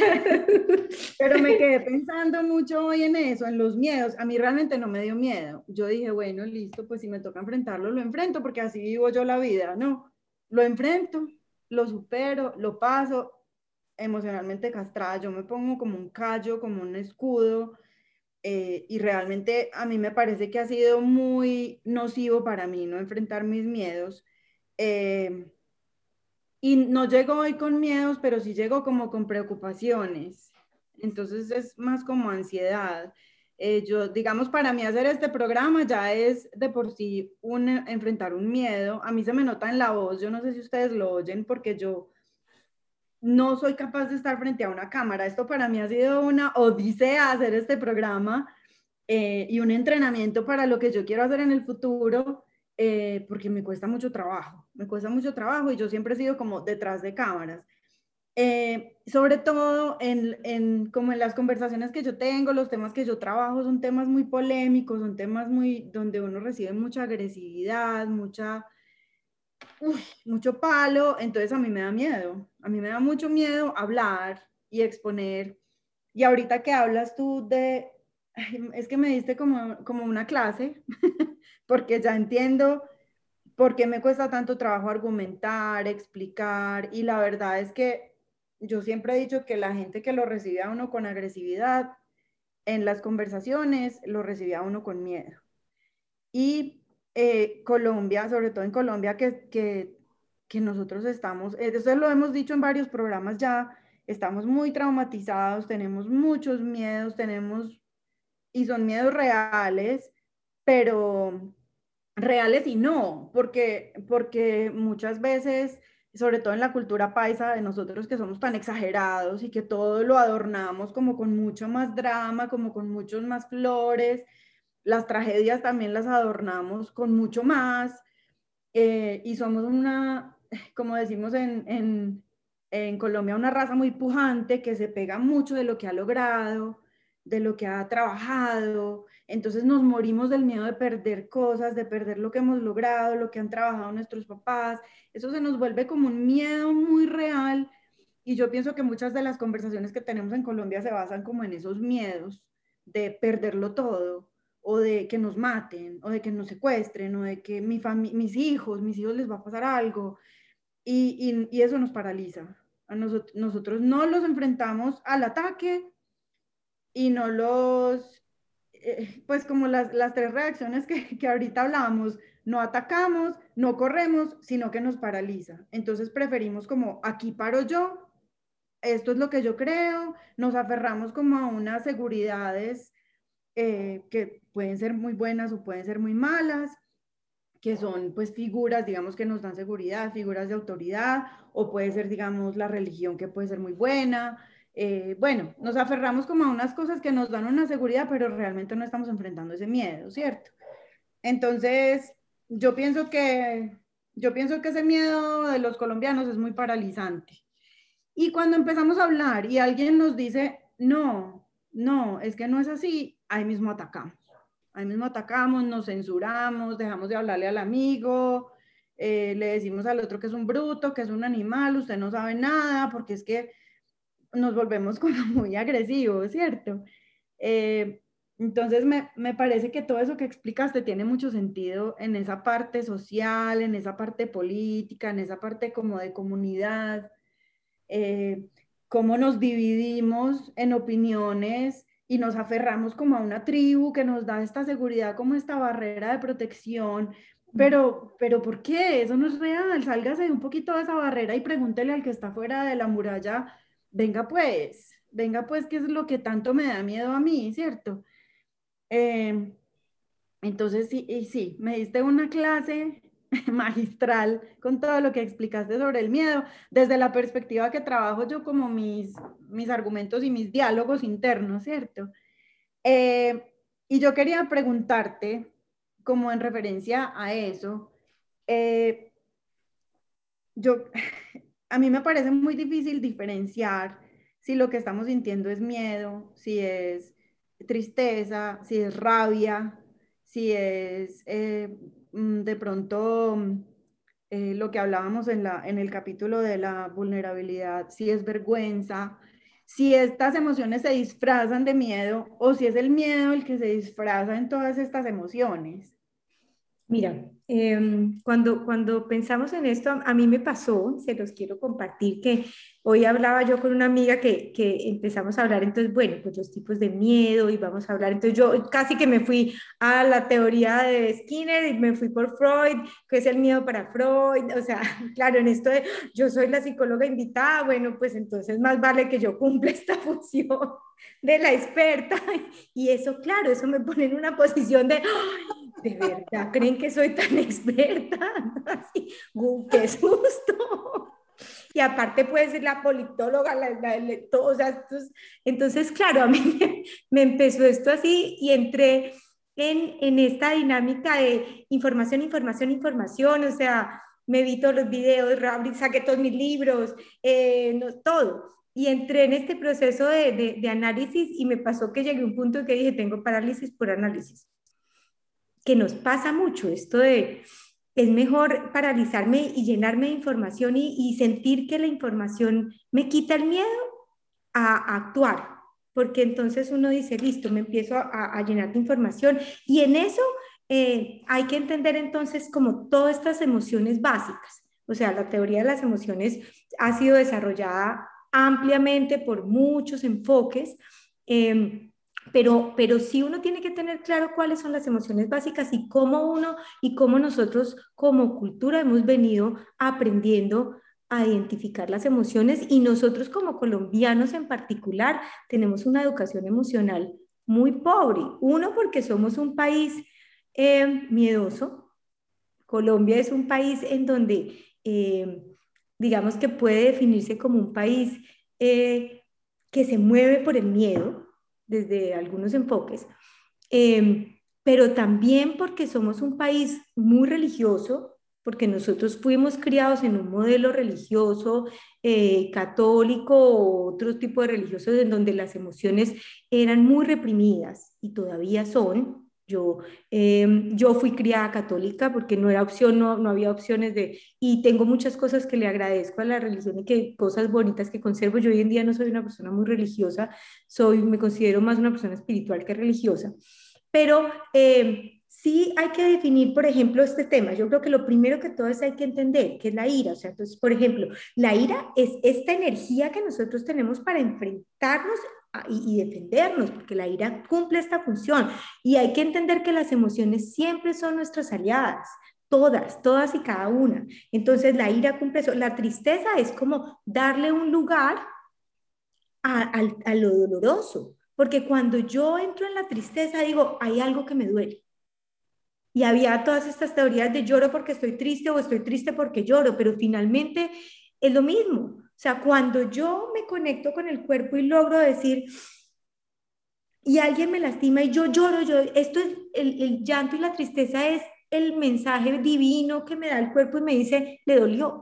Pero me quedé pensando mucho hoy en eso, en los miedos. A mí realmente no me dio miedo. Yo dije, bueno, listo, pues si me toca enfrentarlo, lo enfrento, porque así vivo yo la vida, ¿no? Lo enfrento, lo supero, lo paso emocionalmente castrada. Yo me pongo como un callo, como un escudo. Eh, y realmente a mí me parece que ha sido muy nocivo para mí no enfrentar mis miedos. Eh, y no llego hoy con miedos, pero sí llego como con preocupaciones. Entonces es más como ansiedad. Eh, yo, digamos, para mí hacer este programa ya es de por sí un, enfrentar un miedo. A mí se me nota en la voz, yo no sé si ustedes lo oyen porque yo no soy capaz de estar frente a una cámara. Esto para mí ha sido una odisea hacer este programa. Eh, y un entrenamiento para lo que yo quiero hacer en el futuro, eh, porque me cuesta mucho trabajo, me cuesta mucho trabajo y yo siempre he sido como detrás de cámaras. Eh, sobre todo en, en, como en las conversaciones que yo tengo, los temas que yo trabajo son temas muy polémicos, son temas muy, donde uno recibe mucha agresividad, mucha, uy, mucho palo, entonces a mí me da miedo, a mí me da mucho miedo hablar y exponer. Y ahorita que hablas tú de, es que me diste como, como una clase, porque ya entiendo por qué me cuesta tanto trabajo argumentar, explicar, y la verdad es que yo siempre he dicho que la gente que lo recibe a uno con agresividad en las conversaciones, lo recibe a uno con miedo. Y eh, Colombia, sobre todo en Colombia, que, que, que nosotros estamos, eso lo hemos dicho en varios programas ya, estamos muy traumatizados, tenemos muchos miedos, tenemos y son miedos reales, pero reales y no, porque, porque muchas veces, sobre todo en la cultura paisa de nosotros que somos tan exagerados y que todo lo adornamos como con mucho más drama, como con muchos más flores, las tragedias también las adornamos con mucho más, eh, y somos una, como decimos en, en, en Colombia, una raza muy pujante que se pega mucho de lo que ha logrado, de lo que ha trabajado, entonces nos morimos del miedo de perder cosas, de perder lo que hemos logrado, lo que han trabajado nuestros papás, eso se nos vuelve como un miedo muy real y yo pienso que muchas de las conversaciones que tenemos en Colombia se basan como en esos miedos de perderlo todo o de que nos maten o de que nos secuestren o de que mi mis hijos, mis hijos les va a pasar algo y, y, y eso nos paraliza. A nosotros, nosotros no los enfrentamos al ataque y no los, eh, pues como las, las tres reacciones que, que ahorita hablamos, no atacamos, no corremos, sino que nos paraliza. Entonces preferimos como aquí paro yo, esto es lo que yo creo, nos aferramos como a unas seguridades eh, que pueden ser muy buenas o pueden ser muy malas, que son pues figuras, digamos, que nos dan seguridad, figuras de autoridad, o puede ser, digamos, la religión, que puede ser muy buena. Eh, bueno, nos aferramos como a unas cosas que nos dan una seguridad, pero realmente no estamos enfrentando ese miedo, ¿cierto? Entonces, yo pienso que, yo pienso que ese miedo de los colombianos es muy paralizante. Y cuando empezamos a hablar y alguien nos dice, no, no, es que no es así, ahí mismo atacamos. Ahí mismo atacamos, nos censuramos, dejamos de hablarle al amigo, eh, le decimos al otro que es un bruto, que es un animal, usted no sabe nada, porque es que nos volvemos como muy agresivos, ¿cierto? Eh, entonces me, me parece que todo eso que explicaste tiene mucho sentido en esa parte social, en esa parte política, en esa parte como de comunidad, eh, cómo nos dividimos en opiniones y nos aferramos como a una tribu que nos da esta seguridad, como esta barrera de protección. Pero, pero ¿por qué? Eso no es real. Sálgase un poquito de esa barrera y pregúntele al que está fuera de la muralla, venga pues, venga pues, ¿qué es lo que tanto me da miedo a mí, cierto? Eh, entonces, sí, y sí, me diste una clase magistral con todo lo que explicaste sobre el miedo, desde la perspectiva que trabajo yo como mis, mis argumentos y mis diálogos internos, ¿cierto? Eh, y yo quería preguntarte, como en referencia a eso, eh, yo, a mí me parece muy difícil diferenciar si lo que estamos sintiendo es miedo, si es tristeza, si es rabia, si es eh, mm, de pronto mm, eh, lo que hablábamos en, la, en el capítulo de la vulnerabilidad, si es vergüenza, si estas emociones se disfrazan de miedo o si es el miedo el que se disfraza en todas estas emociones. Mira, eh, cuando, cuando pensamos en esto, a, a mí me pasó, se los quiero compartir, que hoy hablaba yo con una amiga que, que empezamos a hablar, entonces, bueno, pues los tipos de miedo y vamos a hablar, entonces yo casi que me fui a la teoría de Skinner y me fui por Freud, que es el miedo para Freud, o sea, claro, en esto de yo soy la psicóloga invitada, bueno, pues entonces más vale que yo cumpla esta función de la experta y eso, claro, eso me pone en una posición de... ¿De verdad creen que soy tan experta? Así, ¡uh, qué susto! Y aparte puede ser la politóloga, la, la, la, todo, o sea, estos, entonces, claro, a mí me, me, empezó esto así y entré en, en esta dinámica de información, información, información, o sea, me vi todos los videos, saqué todos mis libros, eh, no, todo. Y entré en este proceso de, de, de análisis y me pasó que llegué a un punto en que dije, tengo parálisis por análisis, que nos pasa mucho, esto de es mejor paralizarme y llenarme de información y, y sentir que la información me quita el miedo a, a actuar, porque entonces uno dice, listo, me empiezo a, a llenar de información y en eso eh, hay que entender entonces como todas estas emociones básicas, o sea, la teoría de las emociones ha sido desarrollada ampliamente por muchos enfoques, eh, pero, pero sí uno tiene que tener claro cuáles son las emociones básicas y cómo uno y cómo nosotros como cultura hemos venido aprendiendo a identificar las emociones y nosotros como colombianos en particular tenemos una educación emocional muy pobre. Uno, porque somos un país eh, miedoso. Colombia es un país en donde eh, digamos que puede definirse como un país eh, que se mueve por el miedo desde algunos enfoques, eh, pero también porque somos un país muy religioso, porque nosotros fuimos criados en un modelo religioso, eh, católico o otro tipo de religiosos en donde las emociones eran muy reprimidas y todavía son. Yo, eh, yo fui criada católica porque no era opción, no, no había opciones de, y tengo muchas cosas que le agradezco a la religión y que cosas bonitas que conservo. Yo hoy en día no soy una persona muy religiosa, soy, me considero más una persona espiritual que religiosa, pero eh, sí hay que definir, por ejemplo, este tema. Yo creo que lo primero que todo es hay que entender que es la ira. O sea, entonces, por ejemplo, la ira es esta energía que nosotros tenemos para enfrentarnos y, y defendernos, porque la ira cumple esta función. Y hay que entender que las emociones siempre son nuestras aliadas. Todas, todas y cada una. Entonces la ira cumple eso. La tristeza es como darle un lugar a, a, a lo doloroso. porque cuando yo entro en la tristeza digo, hay algo que me duele. Y había todas estas teorías de lloro porque estoy triste o estoy triste porque lloro, pero finalmente es lo mismo. O sea, cuando yo me conecto con el cuerpo y logro decir, y alguien me lastima y yo lloro, yo, esto es, el, el llanto y la tristeza es el mensaje divino que me da el cuerpo y me dice, le dolió.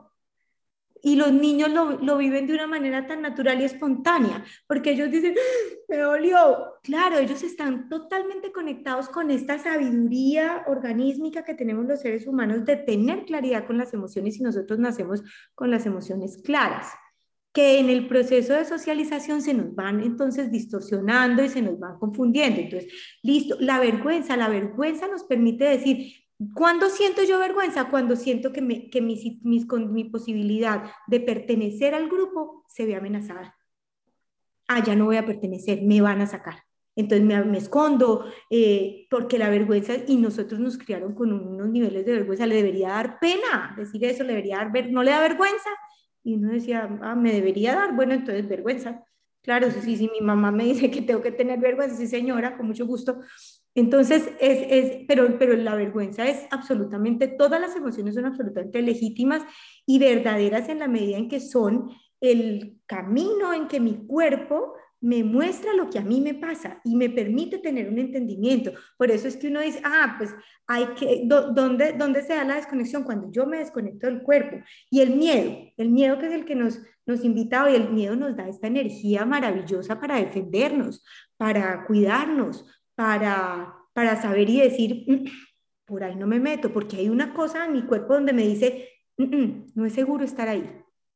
Y los niños lo, lo viven de una manera tan natural y espontánea, porque ellos dicen, me dolió. Claro, ellos están totalmente conectados con esta sabiduría organísmica que tenemos los seres humanos de tener claridad con las emociones y nosotros nacemos con las emociones claras, que en el proceso de socialización se nos van entonces distorsionando y se nos van confundiendo. Entonces, listo, la vergüenza, la vergüenza nos permite decir, ¿cuándo siento yo vergüenza? Cuando siento que, me, que mi, mis, con mi posibilidad de pertenecer al grupo se ve amenazada. Ah, ya no voy a pertenecer, me van a sacar. Entonces me, me escondo, eh, porque la vergüenza, y nosotros nos criaron con unos niveles de vergüenza, le debería dar pena decir eso, le debería dar, ver, no le da vergüenza. Y uno decía, ah, me debería dar, bueno, entonces vergüenza. Claro, sí, sí, sí, mi mamá me dice que tengo que tener vergüenza, sí señora, con mucho gusto. Entonces, es, es, pero, pero la vergüenza es absolutamente, todas las emociones son absolutamente legítimas y verdaderas en la medida en que son el camino en que mi cuerpo me muestra lo que a mí me pasa y me permite tener un entendimiento. Por eso es que uno dice, ah, pues hay que, do, ¿dónde, ¿dónde se da la desconexión? Cuando yo me desconecto del cuerpo. Y el miedo, el miedo que es el que nos, nos invita hoy, el miedo nos da esta energía maravillosa para defendernos, para cuidarnos, para, para saber y decir, mm, por ahí no me meto, porque hay una cosa en mi cuerpo donde me dice, mm, mm, no es seguro estar ahí.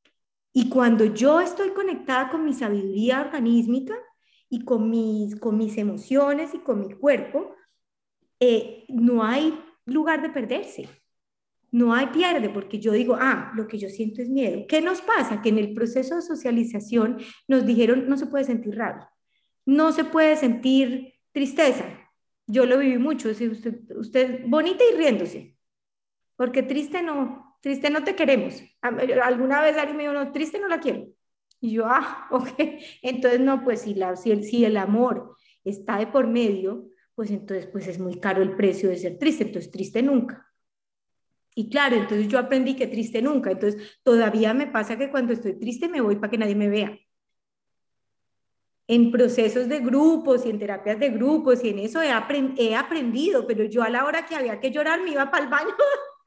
Y cuando yo estoy conectada con mi sabiduría organísmica y con mis, con mis emociones y con mi cuerpo, eh, no hay lugar de perderse. No hay pierde, porque yo digo, ah, lo que yo siento es miedo. ¿Qué nos pasa? Que en el proceso de socialización nos dijeron, no se puede sentir rabia, no se puede sentir tristeza. Yo lo viví mucho, si usted, usted bonita y riéndose, porque triste no, triste no te queremos. Alguna vez alguien me dijo, no, triste no la quiero. Y yo, ah, ok. Entonces, no, pues si, la, si, el, si el amor está de por medio, pues entonces pues es muy caro el precio de ser triste, entonces triste nunca. Y claro, entonces yo aprendí que triste nunca, entonces todavía me pasa que cuando estoy triste me voy para que nadie me vea. En procesos de grupos y en terapias de grupos y en eso he, aprend he aprendido, pero yo a la hora que había que llorar me iba para el baño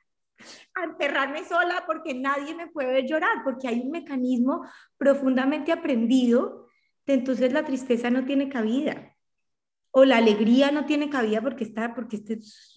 a enterrarme sola porque nadie me puede ver llorar, porque hay un mecanismo profundamente aprendido, de entonces la tristeza no tiene cabida, o la alegría no tiene cabida porque, está, porque este,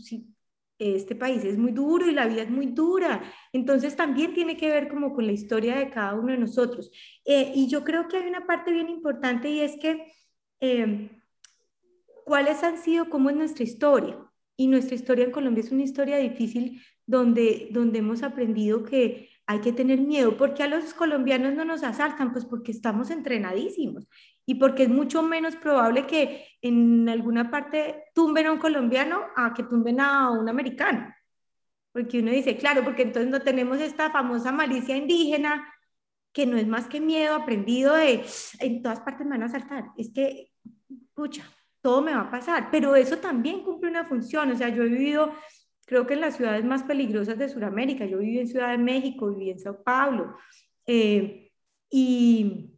este país es muy duro y la vida es muy dura, entonces también tiene que ver como con la historia de cada uno de nosotros. Eh, y yo creo que hay una parte bien importante y es que eh, ¿cuáles han sido, cómo es nuestra historia? Y nuestra historia en Colombia es una historia difícil donde, donde hemos aprendido que hay que tener miedo. ¿Por qué a los colombianos no nos asaltan? Pues porque estamos entrenadísimos y porque es mucho menos probable que en alguna parte tumben a un colombiano a que tumben a un americano. Porque uno dice, claro, porque entonces no tenemos esta famosa malicia indígena que no es más que miedo aprendido de en todas partes me van a asaltar. Es que, pucha, todo me va a pasar, pero eso también cumple una función, o sea, yo he vivido, creo que en las ciudades más peligrosas de Sudamérica, yo viví en Ciudad de México, viví en Sao Paulo, eh, y,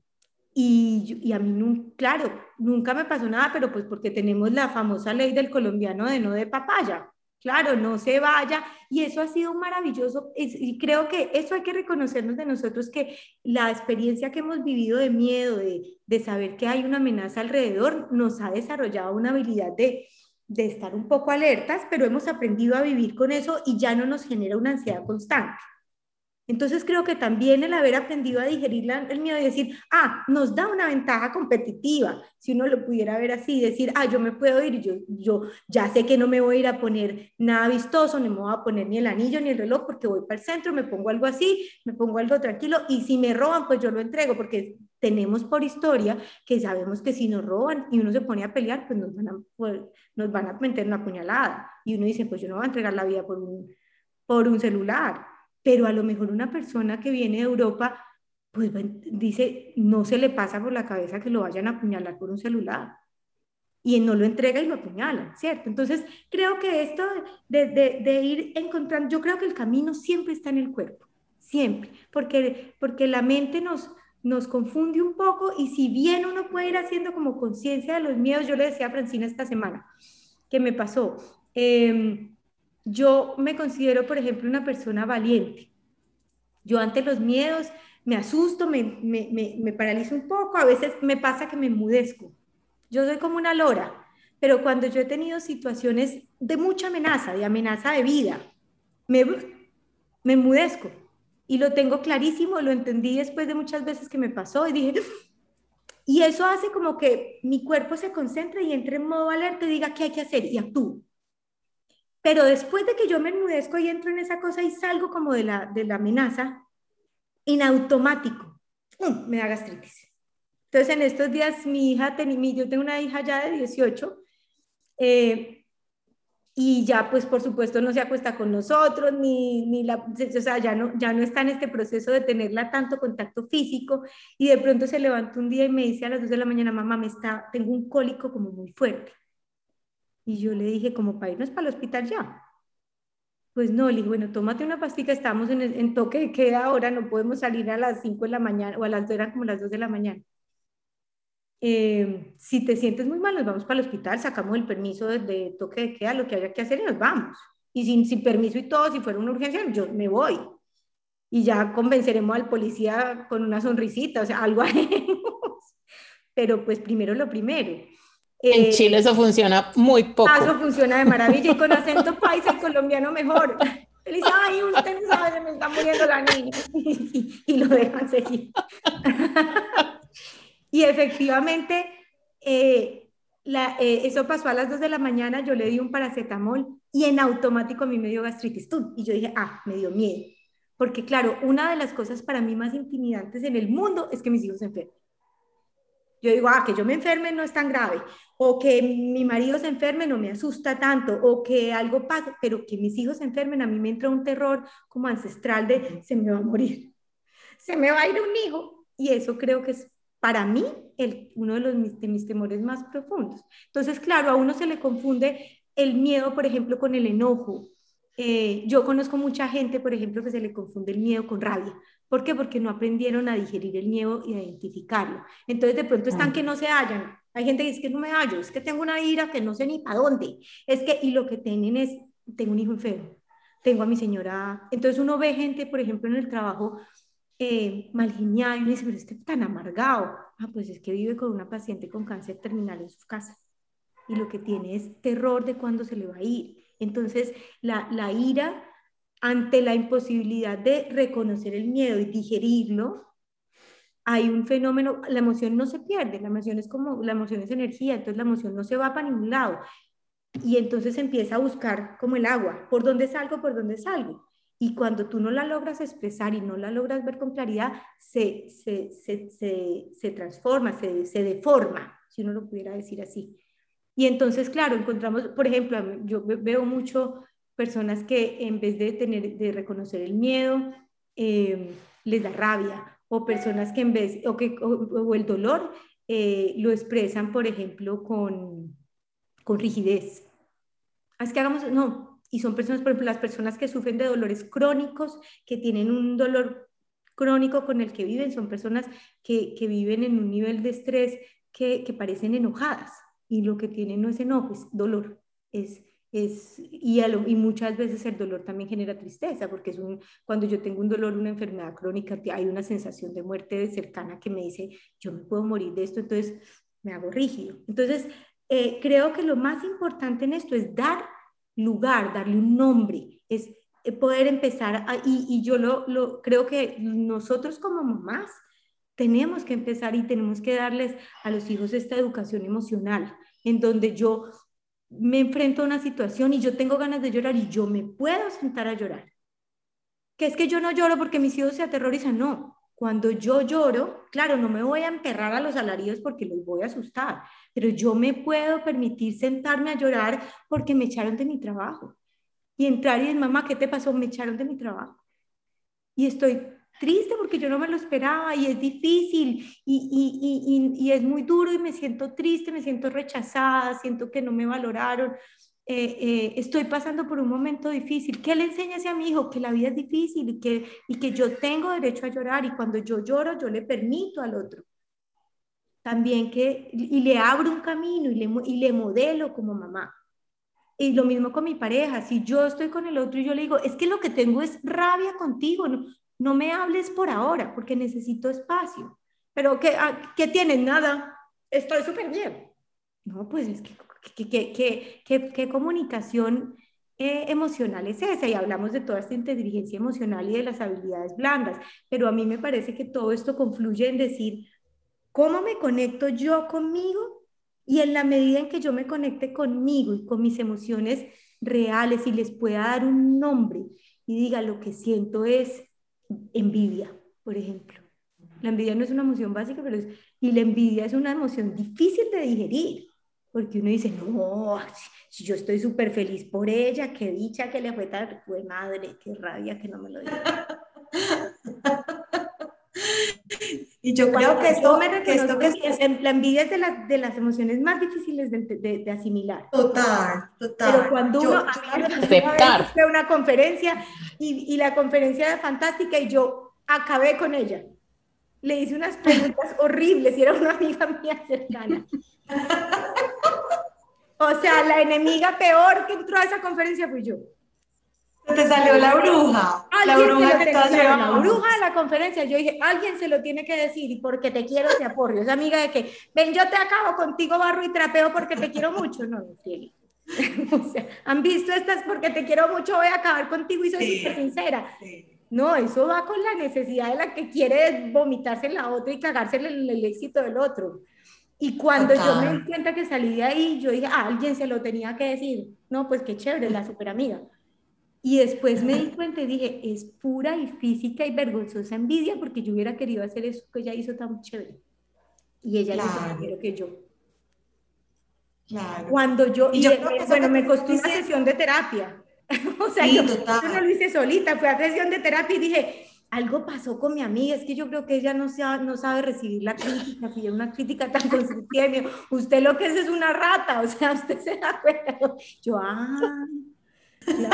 y, y a mí, no, claro, nunca me pasó nada, pero pues porque tenemos la famosa ley del colombiano de no de papaya, claro, no se vaya, y eso ha sido maravilloso, y creo que eso hay que reconocernos de nosotros, que la experiencia que hemos vivido de miedo, de, de saber que hay una amenaza alrededor, nos ha desarrollado una habilidad de, de estar un poco alertas, pero hemos aprendido a vivir con eso y ya no nos genera una ansiedad constante. Entonces creo que también el haber aprendido a digerir la, el miedo y decir, ah, nos da una ventaja competitiva, si uno lo pudiera ver así, decir, ah, yo me puedo ir, yo, yo ya sé que no me voy a ir a poner nada vistoso, ni me voy a poner ni el anillo ni el reloj porque voy para el centro, me pongo algo así, me pongo algo tranquilo y si me roban, pues yo lo entrego porque tenemos por historia que sabemos que si nos roban y uno se pone a pelear, pues nos van a, pues, nos van a meter una puñalada y uno dice, pues yo no voy a entregar la vida por un, por un celular. Pero a lo mejor una persona que viene de Europa, pues dice, no se le pasa por la cabeza que lo vayan a apuñalar por un celular. y no lo entrega y lo apuñalan, ¿cierto? Entonces, creo que esto de, de, de ir encontrando, yo creo que el camino siempre está en el cuerpo, siempre, porque, porque la mente nos, nos confunde un poco y si bien uno puede ir haciendo como conciencia de los miedos, yo le decía a Francina esta semana, que me pasó, eh, yo me considero, por ejemplo, una persona valiente. Yo ante los miedos me asusto, me, me, me, me paralizo un poco, a veces me pasa que me enmudezco. Yo soy como una lora, pero cuando yo he tenido situaciones de mucha amenaza, de amenaza de vida, me, me enmudezco. Y lo tengo clarísimo, lo entendí después de muchas veces que me pasó y dije, y eso hace como que mi cuerpo se concentre y entre en modo alerta y diga qué hay que hacer y actúo. Pero después de que yo me enmudezco y entro en esa cosa y salgo como de la, de la amenaza, en automático, ¡pum!, me da gastritis. Entonces en estos días mi hija, yo tengo una hija ya de dieciocho, eh, y ya pues por supuesto no se acuesta con nosotros, ni, ni la, o sea, ya no, ya no está en este proceso de tenerla tanto contacto físico, y de pronto se levanta un día y me dice a las dos de la mañana, mamá, me está, tengo un cólico como muy fuerte. Y yo le dije, como para irnos para el hospital ya. Pues no, le dije, bueno, tómate una pastica, estamos en, en toque de queda ahora, no podemos salir a las cinco de la mañana, o a las dos, eran como las dos de la mañana. Eh, si te sientes muy mal, nos vamos para el hospital, sacamos el permiso de, de toque de queda, lo que haya que hacer y nos vamos. Y sin, sin permiso y todo, si fuera una urgencia, yo me voy. Y ya convenceremos al policía con una sonrisita, o sea, algo haremos. Pero pues primero lo primero. En Eh, Chile eso funciona muy poco. Eso funciona de maravilla y con acento paisa y colombiano mejor. Él dice, ay, usted no sabe, se me está muriendo la niña. Y, y lo dejan seguir. Y efectivamente, eh, la, eh, eso pasó a las dos de la mañana, yo le di un paracetamol y en automático a mí me dio gastritis. ¡Tum! Y yo dije, ah, me dio miedo. Porque claro, una de las cosas para mí más intimidantes en el mundo es que mis hijos se enfermen. Yo digo, ah, que yo me enferme no es tan grave, o que mi marido se enferme no me asusta tanto, o que algo pase, pero que mis hijos se enfermen, a mí me entra un terror como ancestral de se me va a morir, se me va a ir un hijo, y eso creo que es para mí el, uno de, los, de mis temores más profundos. Entonces, claro, a uno se le confunde el miedo, por ejemplo, con el enojo. Eh, yo conozco mucha gente, por ejemplo, que se le confunde el miedo con rabia. ¿Por qué? Porque no aprendieron a digerir el miedo y a identificarlo. Entonces, de pronto están que no se hallan. Hay gente que dice que no me hallo, es que tengo una ira que no sé ni para dónde. Es que, y lo que tienen es, tengo un hijo enfermo, tengo a mi señora. Entonces, uno ve gente, por ejemplo, en el trabajo eh, mal genial y uno dice, pero es que tan amargado. Ah, pues es que vive con una paciente con cáncer terminal en su casa. Y lo que tiene es terror de cuándo se le va a ir. Entonces, la, la ira ante la imposibilidad de reconocer el miedo y digerirlo, hay un fenómeno, la emoción no se pierde, la emoción es como, la emoción es energía, entonces la emoción no se va para ningún lado. Y entonces empieza a buscar como el agua, ¿por dónde salgo, por dónde salgo? Y cuando tú no la logras expresar y no la logras ver con claridad, se, se, se, se, se transforma, se, se deforma, si uno lo pudiera decir así. Y entonces, claro, encontramos, por ejemplo, yo veo mucho personas que en vez de, tener, de reconocer el miedo, eh, les da rabia, o personas que en vez, o, que, o, o el dolor, eh, lo expresan, por ejemplo, con, con rigidez. Es que hagamos, no, y son personas, por ejemplo, las personas que sufren de dolores crónicos, que tienen un dolor crónico con el que viven, son personas que, que viven en un nivel de estrés que, que parecen enojadas. Y lo que tiene no es enojo, es dolor. Es, es, y, a lo, y muchas veces el dolor también genera tristeza, porque es un, cuando yo tengo un dolor, una enfermedad crónica, hay una sensación de muerte cercana que me dice, yo me puedo morir de esto, entonces me hago rígido. Entonces, eh, creo que lo más importante en esto es dar lugar, darle un nombre, es poder empezar, a, y, y yo lo, lo creo que nosotros como mamás, tenemos que empezar y tenemos que darles a los hijos esta educación emocional, en donde yo me enfrento a una situación y yo tengo ganas de llorar y yo me puedo sentar a llorar. Que es que yo no lloro porque mis hijos se aterrorizan, no. Cuando yo lloro, claro, no me voy a emperrar a los alaridos porque los voy a asustar, pero yo me puedo permitir sentarme a llorar porque me echaron de mi trabajo. Y entrar y decir, mamá, ¿qué te pasó? Me echaron de mi trabajo. Y estoy triste porque yo no me lo esperaba y es difícil y, y, y, y es muy duro y me siento triste, me siento rechazada, siento que no me valoraron, eh, eh, estoy pasando por un momento difícil. ¿Qué le enseñas a mi hijo? Que la vida es difícil y que, y que yo tengo derecho a llorar y cuando yo lloro yo le permito al otro. También que, y le abro un camino y le, y le modelo como mamá. Y lo mismo con mi pareja, si yo estoy con el otro y yo le digo, es que lo que tengo es rabia contigo, no, no me hables por ahora porque necesito espacio. Pero ¿qué, ¿qué tienes? Nada, estoy súper bien. No, pues es que, ¿qué, qué, qué, qué, qué comunicación eh, emocional es esa? Y hablamos de toda esta inteligencia emocional y de las habilidades blandas, pero a mí me parece que todo esto confluye en decir, ¿cómo me conecto yo conmigo? Y en la medida en que yo me conecte conmigo y con mis emociones reales y les pueda dar un nombre y diga lo que siento es envidia, por ejemplo. La envidia no es una emoción básica, pero es, y la envidia es una emoción difícil de digerir, porque uno dice, no, si yo estoy súper feliz por ella, qué dicha que le fue tan, fue madre, qué rabia que no me lo diga. Y yo creo que esto, yo me que esto que es, la envidia es de las, de las emociones más difíciles de, de, de asimilar. Total, total. Pero cuando yo, uno, yo a mí aceptar. Fue una conferencia y, y la conferencia era fantástica y yo acabé con ella. Le hice unas preguntas horribles y era una amiga mía cercana. O sea, la enemiga peor que entró a esa conferencia fui yo. Te salió la bruja. La bruja que todas llevamos. La bruja de la conferencia. Yo dije, alguien se lo tiene que decir y porque te quiero te aporrio. Esa amiga de que, ven, yo te acabo contigo, barro y trapeo porque te quiero mucho. No, no, sí. O sea, han visto estas porque te quiero mucho, voy a acabar contigo y soy sí, súper sincera. Sí. No, eso va con la necesidad de la que quiere vomitarse en la otra y cagarse en el, el éxito del otro. Y cuando Total. yo me di cuenta que salí de ahí, yo dije, ah, alguien se lo tenía que decir. No, pues qué chévere, la super amiga. Y después me di cuenta y dije, es pura y física y vergonzosa envidia porque yo hubiera querido hacer eso que ella hizo tan chévere. Y ella claro. hizo primero que yo. Claro. Cuando yo, y, y yo y, eh, bueno, me costó una sesión de terapia. O sea, sí, yo, yo no lo hice solita, fui a sesión de terapia y dije, algo pasó con mi amiga, es que yo creo que ella no, sea, no sabe recibir la crítica, si es una crítica tan constructiva, usted lo que es es una rata, o sea, usted se da cuenta. Yo, ah, claro.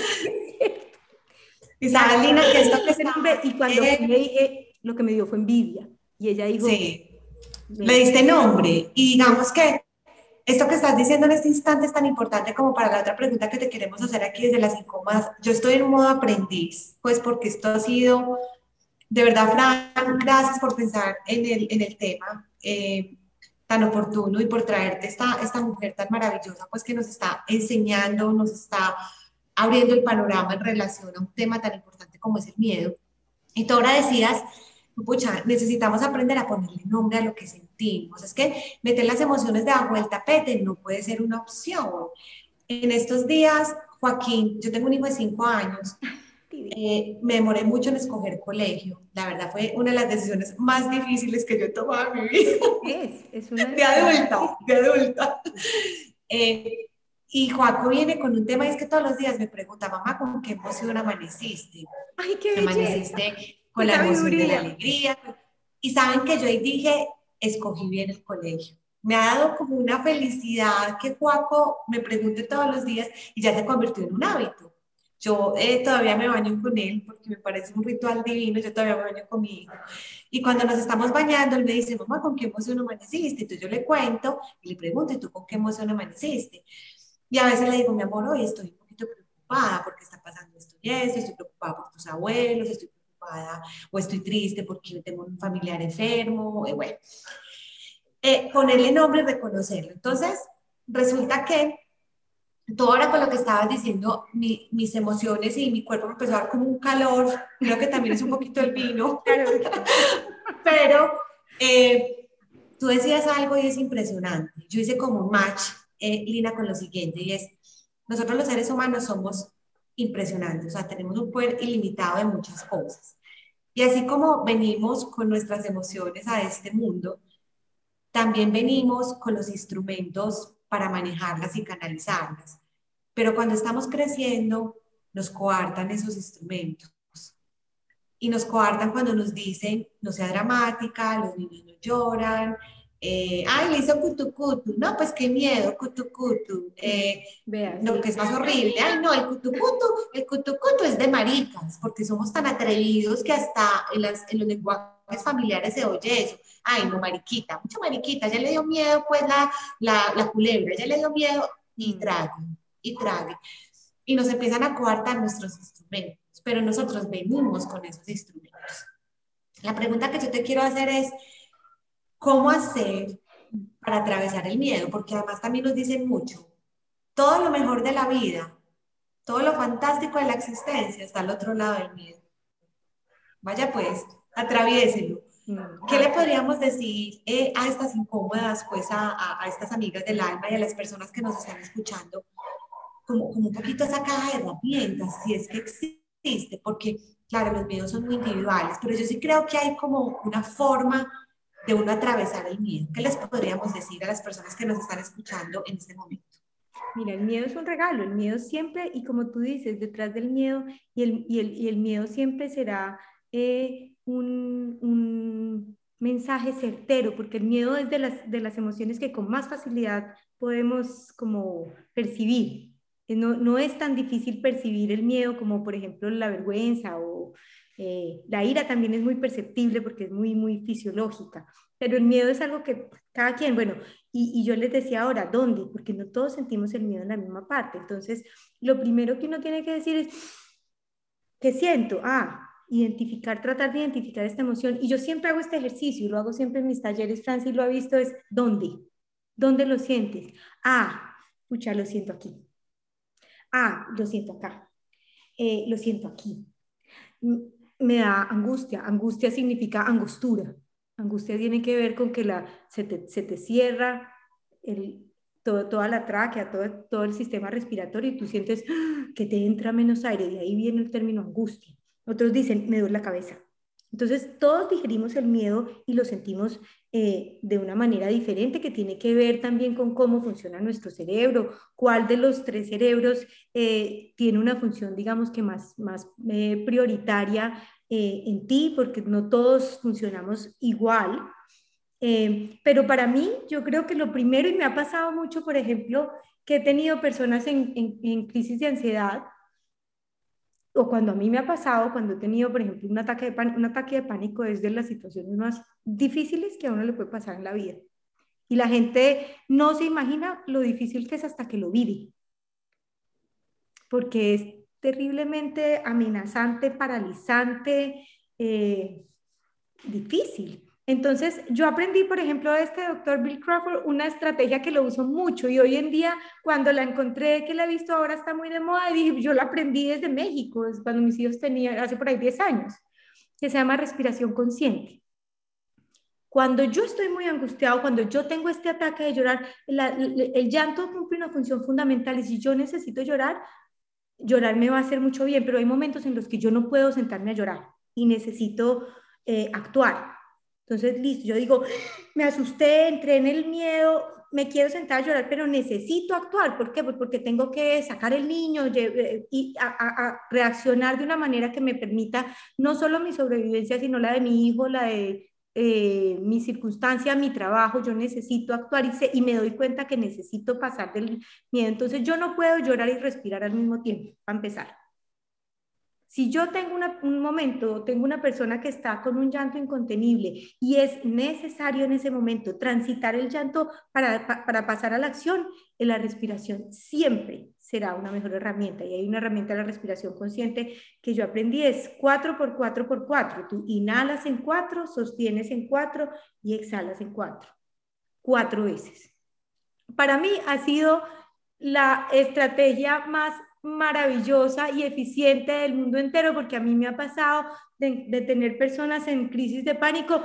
Y sabes, Lina, que esto que está... Y cuando eh, le dije, lo que me dio fue envidia, y ella dijo... Sí, le diste nombre, y digamos que esto que estás diciendo en este instante es tan importante como para la otra pregunta que te queremos hacer aquí desde las cinco más. Yo estoy en un modo aprendiz, pues porque esto ha sido, de verdad, Fran, gracias por pensar en el, en el tema eh, tan oportuno y por traerte esta, esta mujer tan maravillosa, pues que nos está enseñando, nos está abriendo el panorama en relación a un tema tan importante como es el miedo. Y tú ahora decías... Pucha, necesitamos aprender a ponerle nombre a lo que sentimos. Es que meter las emociones debajo del tapete no puede ser una opción. En estos días, Joaquín, yo tengo un hijo de cinco años, eh, me demoré mucho en escoger colegio. La verdad fue una de las decisiones más difíciles que yo he tomado en mi vida. Es, es una de adulta, de adulta. Eh, y Joaco viene con un tema y es que todos los días me pregunta, mamá, ¿con qué emoción amaneciste? Ay, qué amaneciste belleza. Con la emoción de la alegría. Y saben que yo ahí dije, escogí bien el colegio. Me ha dado como una felicidad que Joaco me pregunte todos los días y ya se convirtió en un hábito. Yo eh, todavía me baño con él porque me parece un ritual divino, yo todavía me baño con mi hijo. Y cuando nos estamos bañando, él me dice, mamá, ¿con qué emoción amaneciste? Entonces yo le cuento y le pregunto, ¿y tú con qué emoción amaneciste? Y a veces le digo, mi amor, hoy estoy un poquito preocupada porque está pasando esto y esto, estoy preocupada por tus abuelos, estoy o estoy triste porque tengo un familiar enfermo, y bueno, eh, ponerle nombre y reconocerlo. Entonces, resulta que todo ahora con lo que estabas diciendo, mi, mis emociones y mi cuerpo me empezó a dar como un calor, creo que también es un poquito el vino, pero eh, tú decías algo y es impresionante. Yo hice como un match, eh, Lina, con lo siguiente, y es, nosotros los seres humanos somos impresionantes, o sea, tenemos un poder ilimitado de muchas cosas. Y así como venimos con nuestras emociones a este mundo, también venimos con los instrumentos para manejarlas y canalizarlas. Pero cuando estamos creciendo, nos coartan esos instrumentos. y nos coartan cuando nos dicen, no sea dramática, los niños no lloran, eh, ay, le hizo cutucutu, no, pues qué miedo, cutucutu, eh, Vea, lo sí. que es más horrible, ay, no, el cutucutu, el cutucutu es de maricas, porque somos tan atrevidos que hasta en, las, en los lenguajes familiares se oye eso, ay, no, mariquita, mucha mariquita, ya le dio miedo, pues, la, la, la culebra, ya le dio miedo, y trague, y trague, y nos empiezan a coartar nuestros instrumentos, pero nosotros venimos con esos instrumentos. La pregunta que yo te quiero hacer es, ¿cómo hacer para atravesar el miedo? Porque además también nos dicen mucho, todo lo mejor de la vida, todo lo fantástico de la existencia está al otro lado del miedo. Vaya pues, atraviéselo. ¿Qué le podríamos decir eh, a estas incómodas, pues a, a, a estas amigas del alma y a las personas que nos están escuchando? Como, como un poquito esa caja de herramientas, si es que existe, porque claro, los miedos son muy individuales, pero yo sí creo que hay como una forma de uno atravesar el miedo. ¿Qué les podríamos decir a las personas que nos están escuchando en este momento? Mira, el miedo es un regalo, el miedo siempre, y como tú dices, detrás del miedo, y el, y el, y el miedo siempre será eh, un, un mensaje certero, porque el miedo es de las, de las emociones que con más facilidad podemos como percibir. No, no es tan difícil percibir el miedo como, por ejemplo, la vergüenza o eh, la ira también es muy perceptible porque es muy, muy fisiológica. Pero el miedo es algo que cada quien, bueno, y, y yo les decía ahora, ¿dónde? Porque no todos sentimos el miedo en la misma parte. Entonces, lo primero que uno tiene que decir es, ¿qué siento? Ah, identificar, tratar de identificar esta emoción. Y yo siempre hago este ejercicio, y lo hago siempre en mis talleres, Francis lo ha visto, es ¿dónde? ¿Dónde lo sientes? Ah, pucha, lo siento aquí. Ah, lo siento acá. Eh, lo siento aquí. Me da angustia. Angustia significa angostura. Angustia tiene que ver con que la, se, te, se te cierra el, todo, toda la tráquea, todo, todo el sistema respiratorio y tú sientes que te entra menos aire. De ahí viene el término angustia. Otros dicen, me duele la cabeza. Entonces, todos digerimos el miedo y lo sentimos eh, de una manera diferente que tiene que ver también con cómo funciona nuestro cerebro, cuál de los tres cerebros eh, tiene una función, digamos que más, más eh, prioritaria eh, en ti, porque no todos funcionamos igual. Eh, pero para mí, yo creo que lo primero, y me ha pasado mucho, por ejemplo, que he tenido personas en, en, en crisis de ansiedad, o cuando a mí me ha pasado, cuando he tenido, por ejemplo, un ataque de pánico, un ataque de pánico es de las situaciones más difíciles que a uno le puede pasar en la vida. Y la gente no se imagina lo difícil que es hasta que lo vive. Porque es terriblemente amenazante, paralizante, eh, difícil. Entonces, yo aprendí, por ejemplo, de este doctor Bill Crawford, una estrategia que lo uso mucho y hoy en día, cuando la encontré, que la he visto ahora está muy de moda, y dije, yo la aprendí desde México, es cuando mis hijos tenían, hace por ahí diez años, que se llama respiración consciente. Cuando yo estoy muy angustiado, cuando yo tengo este ataque de llorar, la, el, el llanto cumple una función fundamental y si yo necesito llorar, llorar me va a hacer mucho bien, pero hay momentos en los que yo no puedo sentarme a llorar y necesito eh, actuar. Entonces, listo, yo digo, me asusté, entré en el miedo, me quiero sentar a llorar, pero necesito actuar. ¿Por qué? Pues porque tengo que sacar el niño y a, a, a reaccionar de una manera que me permita no solo mi sobrevivencia, sino la de mi hijo, la de eh, mi circunstancia, mi trabajo. Yo necesito actuar y, se, y me doy cuenta que necesito pasar del miedo. Entonces, yo no puedo llorar y respirar al mismo tiempo, para empezar. Si yo tengo una, un momento, tengo una persona que está con un llanto incontenible y es necesario en ese momento transitar el llanto para, pa, para pasar a la acción, en la respiración siempre será una mejor herramienta. Y hay una herramienta de la respiración consciente que yo aprendí, es cuatro por cuatro por cuatro. Tú inhalas en cuatro, sostienes en cuatro y exhalas en cuatro. Cuatro veces. Para mí ha sido la estrategia más maravillosa y eficiente del mundo entero, porque a mí me ha pasado de, de tener personas en crisis de pánico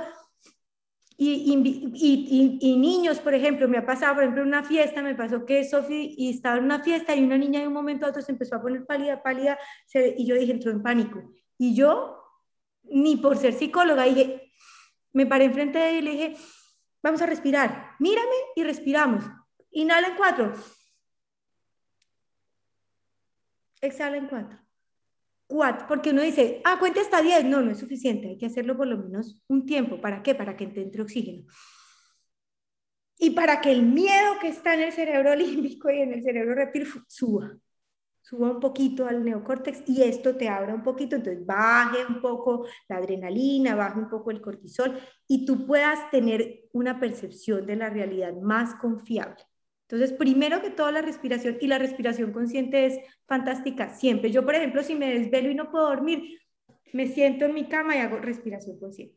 y, y, y, y, y niños, por ejemplo, me ha pasado, por ejemplo, en una fiesta, me pasó que Sofi y estaba en una fiesta y una niña de un momento a otro se empezó a poner pálida, pálida, se, y yo dije, entró en pánico. Y yo, ni por ser psicóloga, dije, me paré enfrente de ella y le dije, vamos a respirar, mírame y respiramos. Inhala en cuatro. Exhala en cuatro. cuatro, porque uno dice, ah, cuente hasta diez, no, no es suficiente, hay que hacerlo por lo menos un tiempo, ¿para qué? Para que te entre oxígeno. Y para que el miedo que está en el cerebro límbico y en el cerebro reptil suba, suba un poquito al neocórtex y esto te abra un poquito, entonces baje un poco la adrenalina, baje un poco el cortisol y tú puedas tener una percepción de la realidad más confiable. Entonces, primero que todo la respiración, y la respiración consciente es fantástica siempre. Yo, por ejemplo, si me desvelo y no puedo dormir, me siento en mi cama y hago respiración consciente.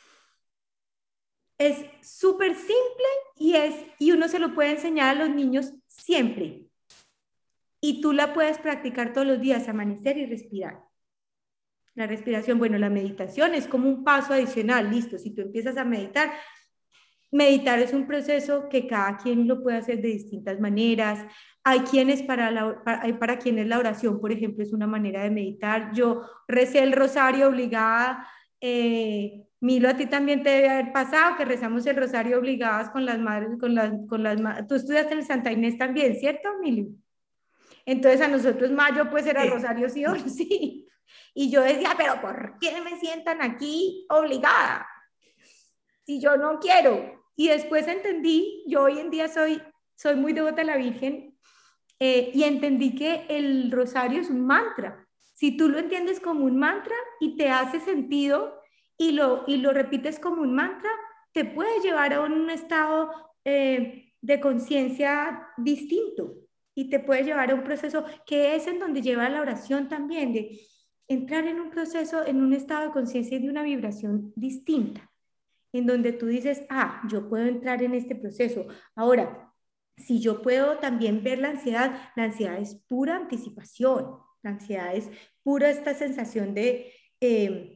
Es súper simple y, es, y uno se lo puede enseñar a los niños siempre. Y tú la puedes practicar todos los días, amanecer y respirar. La respiración, bueno, la meditación es como un paso adicional, listo. Si tú empiezas a meditar, meditar es un proceso que cada quien lo puede hacer de distintas maneras. Hay quienes para, la, para, hay para quienes la oración, por ejemplo, es una manera de meditar. Yo recé el rosario obligada. Eh, Milo, a ti también te debe haber pasado que rezamos el rosario obligadas con las madres, con las, con las madres. Tú estudiaste en el Santa Inés también, ¿cierto, Milo? Entonces a nosotros mayo pues era rosario sí o sí. Y yo decía, pero ¿por qué me sientan aquí obligada? Si yo no quiero. Y después entendí, yo hoy en día soy, soy muy devota a la Virgen eh, y entendí que el rosario es un mantra. Si tú lo entiendes como un mantra y te hace sentido y lo, y lo repites como un mantra, te puede llevar a un estado eh, de conciencia distinto y te puede llevar a un proceso que es en donde lleva la oración también, de entrar en un proceso, en un estado de conciencia y de una vibración distinta, en donde tú dices, ah, yo puedo entrar en este proceso. Ahora, si yo puedo también ver la ansiedad, la ansiedad es pura anticipación, la ansiedad es pura esta sensación de eh,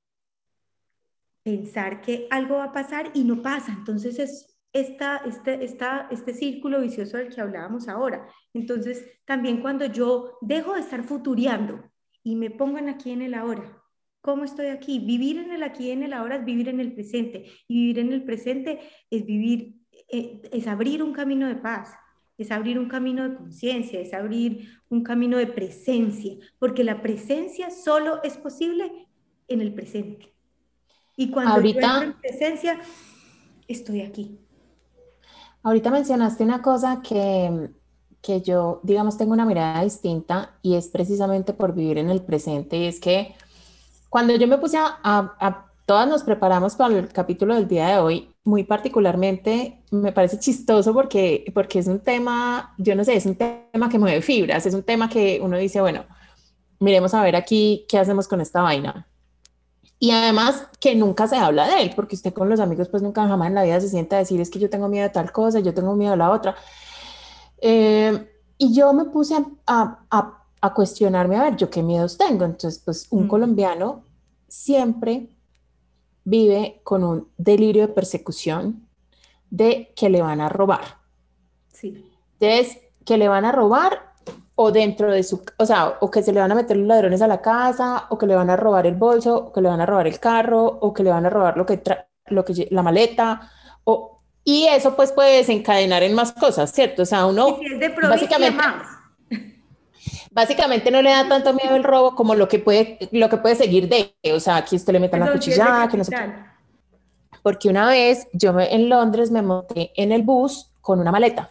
pensar que algo va a pasar y no pasa. Entonces es esta, este, esta, este círculo vicioso del que hablábamos ahora. Entonces también cuando yo dejo de estar futureando y me pongo en aquí en el ahora, ¿cómo estoy aquí? Vivir en el aquí y en el ahora es vivir en el presente. Y vivir en el presente es vivir, eh, es abrir un camino de paz, es abrir un camino de conciencia, es abrir un camino de presencia, porque la presencia solo es posible en el presente. Y cuando Ahorita, yo entro en presencia, estoy aquí. ahorita mencionaste una cosa que, que yo, digamos, tengo una mirada distinta y es precisamente por vivir en el presente. Y es que cuando yo me puse a, a, a todas nos preparamos para el capítulo del día de hoy, muy particularmente me parece chistoso porque, porque es un tema, yo no sé, es un tema que mueve fibras, es un tema que uno dice, bueno, miremos a ver aquí qué hacemos con esta vaina. Y además que nunca se habla de él, porque usted con los amigos pues nunca jamás en la vida se sienta a decir es que yo tengo miedo de tal cosa, yo tengo miedo de la otra. Eh, y yo me puse a, a, a, a cuestionarme, a ver, ¿yo qué miedos tengo? Entonces, pues un mm. colombiano siempre vive con un delirio de persecución de que le van a robar. Sí. Entonces, que le van a robar o dentro de su, o sea, o que se le van a meter los ladrones a la casa, o que le van a robar el bolso, o que le van a robar el carro, o que le van a robar lo que, tra- lo que la maleta, o, y eso pues puede desencadenar en más cosas, ¿cierto? O sea, uno y si es de básicamente, más. básicamente no le da tanto miedo el robo como lo que puede, lo que puede seguir de, o sea, aquí usted le mete una cuchillada, que no sé qué. Porque una vez yo me, en Londres me monté en el bus con una maleta.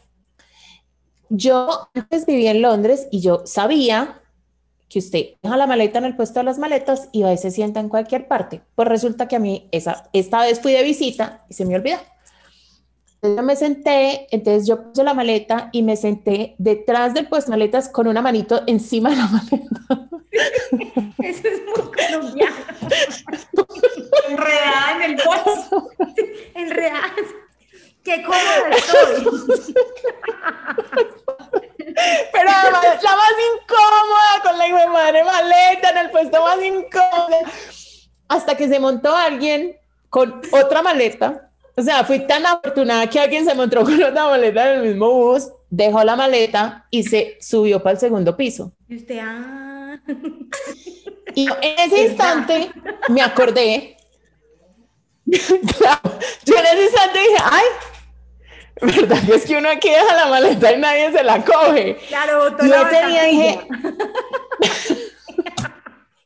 Yo antes vivía en Londres y yo sabía que usted deja la maleta en el puesto de las maletas y va y se sienta en cualquier parte. Pues resulta que a mí esa, esta vez fui de visita y se me olvidó. Entonces yo me senté, entonces yo puse la maleta y me senté detrás del puesto de maletas con una manito encima de la maleta. Eso es muy colombiano. Enredada en el bolso. Enredada. ¡Qué cómoda estoy! Pero además, la más incómoda, con la hijo de madre maleta en el puesto más incómodo. Hasta que se montó alguien con otra maleta. O sea, fui tan afortunada que alguien se montó con otra maleta en el mismo bus, dejó la maleta y se subió para el segundo piso. Y usted, ah. Y en ese instante me acordé. Claro, yo en ese instante dije, ay, ¿verdad que es que uno aquí deja la maleta y nadie se la coge? Claro, y ese día dije,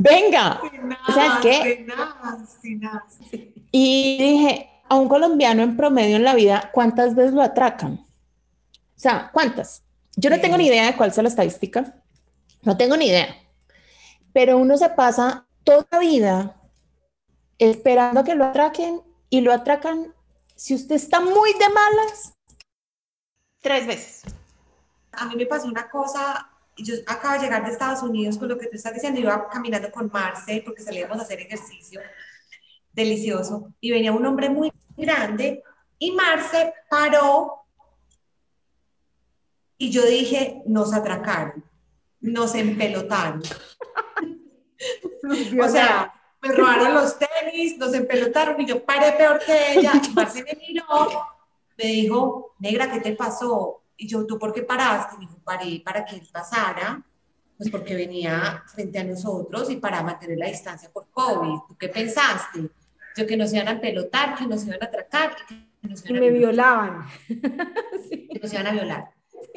venga. ¿Sabes qué? Tenaz, tenaz. Y dije, a un colombiano en promedio en la vida, ¿cuántas veces lo atracan? O sea, ¿cuántas? Yo no tengo ni idea de cuál es la estadística, no tengo ni idea, pero uno se pasa toda la vida esperando que lo atraquen y lo atracan, si usted está muy de malas, tres veces. A mí me pasó una cosa, yo acabo de llegar de Estados Unidos con lo que tú estás diciendo, iba caminando con Marce porque salíamos a hacer ejercicio delicioso y venía un hombre muy grande y Marce paró y yo dije, nos atracaron, nos empelotaron. O sea, me robaron los tenis, nos empelotaron y yo paré peor que ella. Y Marce me miró, me dijo, negra, ¿qué te pasó? Y yo, ¿tú por qué paraste? Y me dijo, paré para que él pasara, pues porque venía frente a nosotros y para mantener la distancia por COVID. ¿Tú qué pensaste? Yo, que nos iban a empelotar, que nos iban a atracar y que nos iban Y a me violar. violaban. Sí. Que nos iban a violar.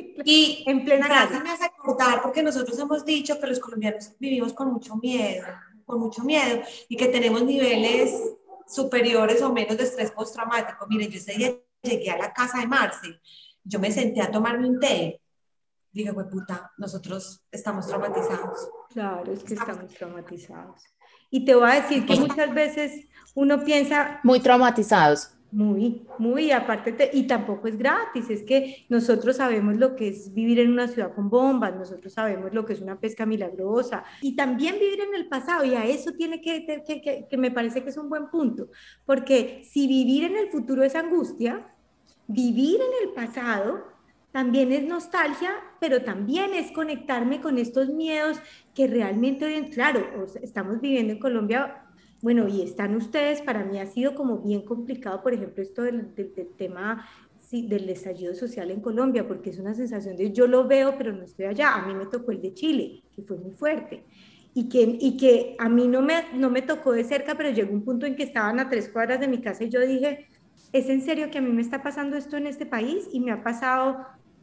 Y en plena frase calle. me hace acordar, porque nosotros hemos dicho que los colombianos vivimos con mucho miedo, con mucho miedo, y que tenemos niveles superiores o menos de estrés postraumático. Miren, yo ese día llegué a la casa de Marce, yo me senté a tomarme un té, dije, güey puta, nosotros estamos traumatizados. Claro, es que estamos, estamos traumatizados. Y te voy a decir que muchas veces uno piensa... Muy traumatizados. Muy, muy, aparte, te, y tampoco es gratis, es que nosotros sabemos lo que es vivir en una ciudad con bombas, nosotros sabemos lo que es una pesca milagrosa, y también vivir en el pasado, y a eso tiene que, que, que, que me parece que es un buen punto, porque si vivir en el futuro es angustia, vivir en el pasado también es nostalgia, pero también es conectarme con estos miedos que realmente hoy en, claro, estamos viviendo en Colombia. Bueno, y están ustedes, para mí ha sido como bien complicado, por ejemplo, esto del, del, del tema sí, del estallido social en Colombia, porque es una sensación de yo lo veo, pero no estoy allá. A mí me tocó el de Chile, que fue muy fuerte, y que, y que a mí no me, no me tocó de cerca, pero llegó un punto en que estaban a tres cuadras de mi casa y yo dije, ¿es en serio que a mí me está pasando esto en este país? Y me ha pasado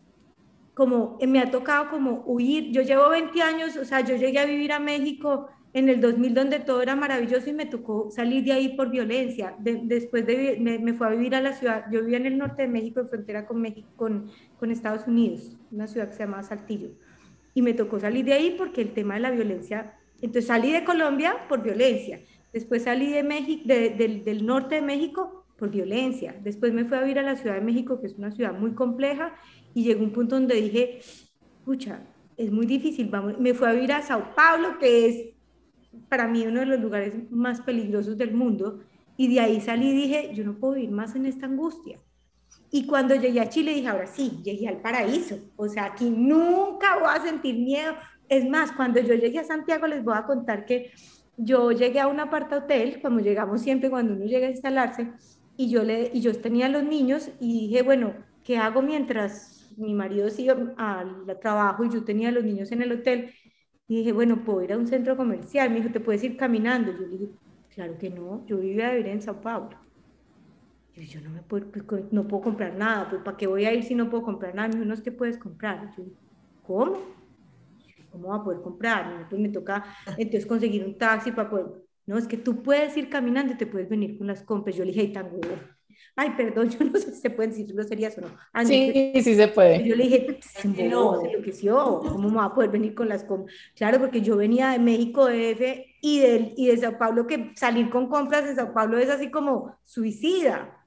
como, me ha tocado como huir. Yo llevo veinte años, o sea, yo llegué a vivir a México en el dos mil, donde todo era maravilloso, y me tocó salir de ahí por violencia. De, después de, me, me fue a vivir a la ciudad, yo vivía en el norte de México, en frontera con, México, con, con Estados Unidos, una ciudad que se llama Saltillo, y me tocó salir de ahí porque el tema de la violencia, entonces salí de Colombia por violencia, después salí de México, de, de, del norte de México por violencia, después me fui a vivir a la Ciudad de México, que es una ciudad muy compleja, y llegó un punto donde dije, escucha, es muy difícil, vamos, me fui a vivir a Sao Paulo, que es para mí uno de los lugares más peligrosos del mundo, y de ahí salí y dije, yo no puedo vivir más en esta angustia. Y cuando llegué a Chile dije, ahora sí, llegué al paraíso, o sea, aquí nunca voy a sentir miedo. Es más, cuando yo llegué a Santiago les voy a contar que yo llegué a un apartahotel, como llegamos siempre cuando uno llega a instalarse, y yo, le, y yo tenía a los niños y dije, bueno, ¿qué hago mientras mi marido sigue al trabajo y yo tenía a los niños en el hotel? Y dije, bueno, puedo ir a un centro comercial. Me dijo, ¿te puedes ir caminando? Yo le dije, claro que no, yo vivía a vivir en Sao Paulo. Yo, yo no, me puedo, no puedo comprar nada, pues ¿para qué voy a ir si no puedo comprar nada? Me dijo, no, es que puedes comprar. Yo, ¿cómo? ¿Cómo va a poder comprar? Pues me toca entonces conseguir un taxi para poder... No, es que tú puedes ir caminando y te puedes venir con las compras. Yo le dije, ay, tan güey. Ay, perdón, yo no sé si se pueden decir groserías o no. Ah, sí, no, sí se puede. Yo le dije, no, se enloqueció, ¿cómo me va a poder venir con las compras? Claro, porque yo venía de México, D F y de, y de Sao Paulo, que salir con compras en Sao Paulo es así como suicida.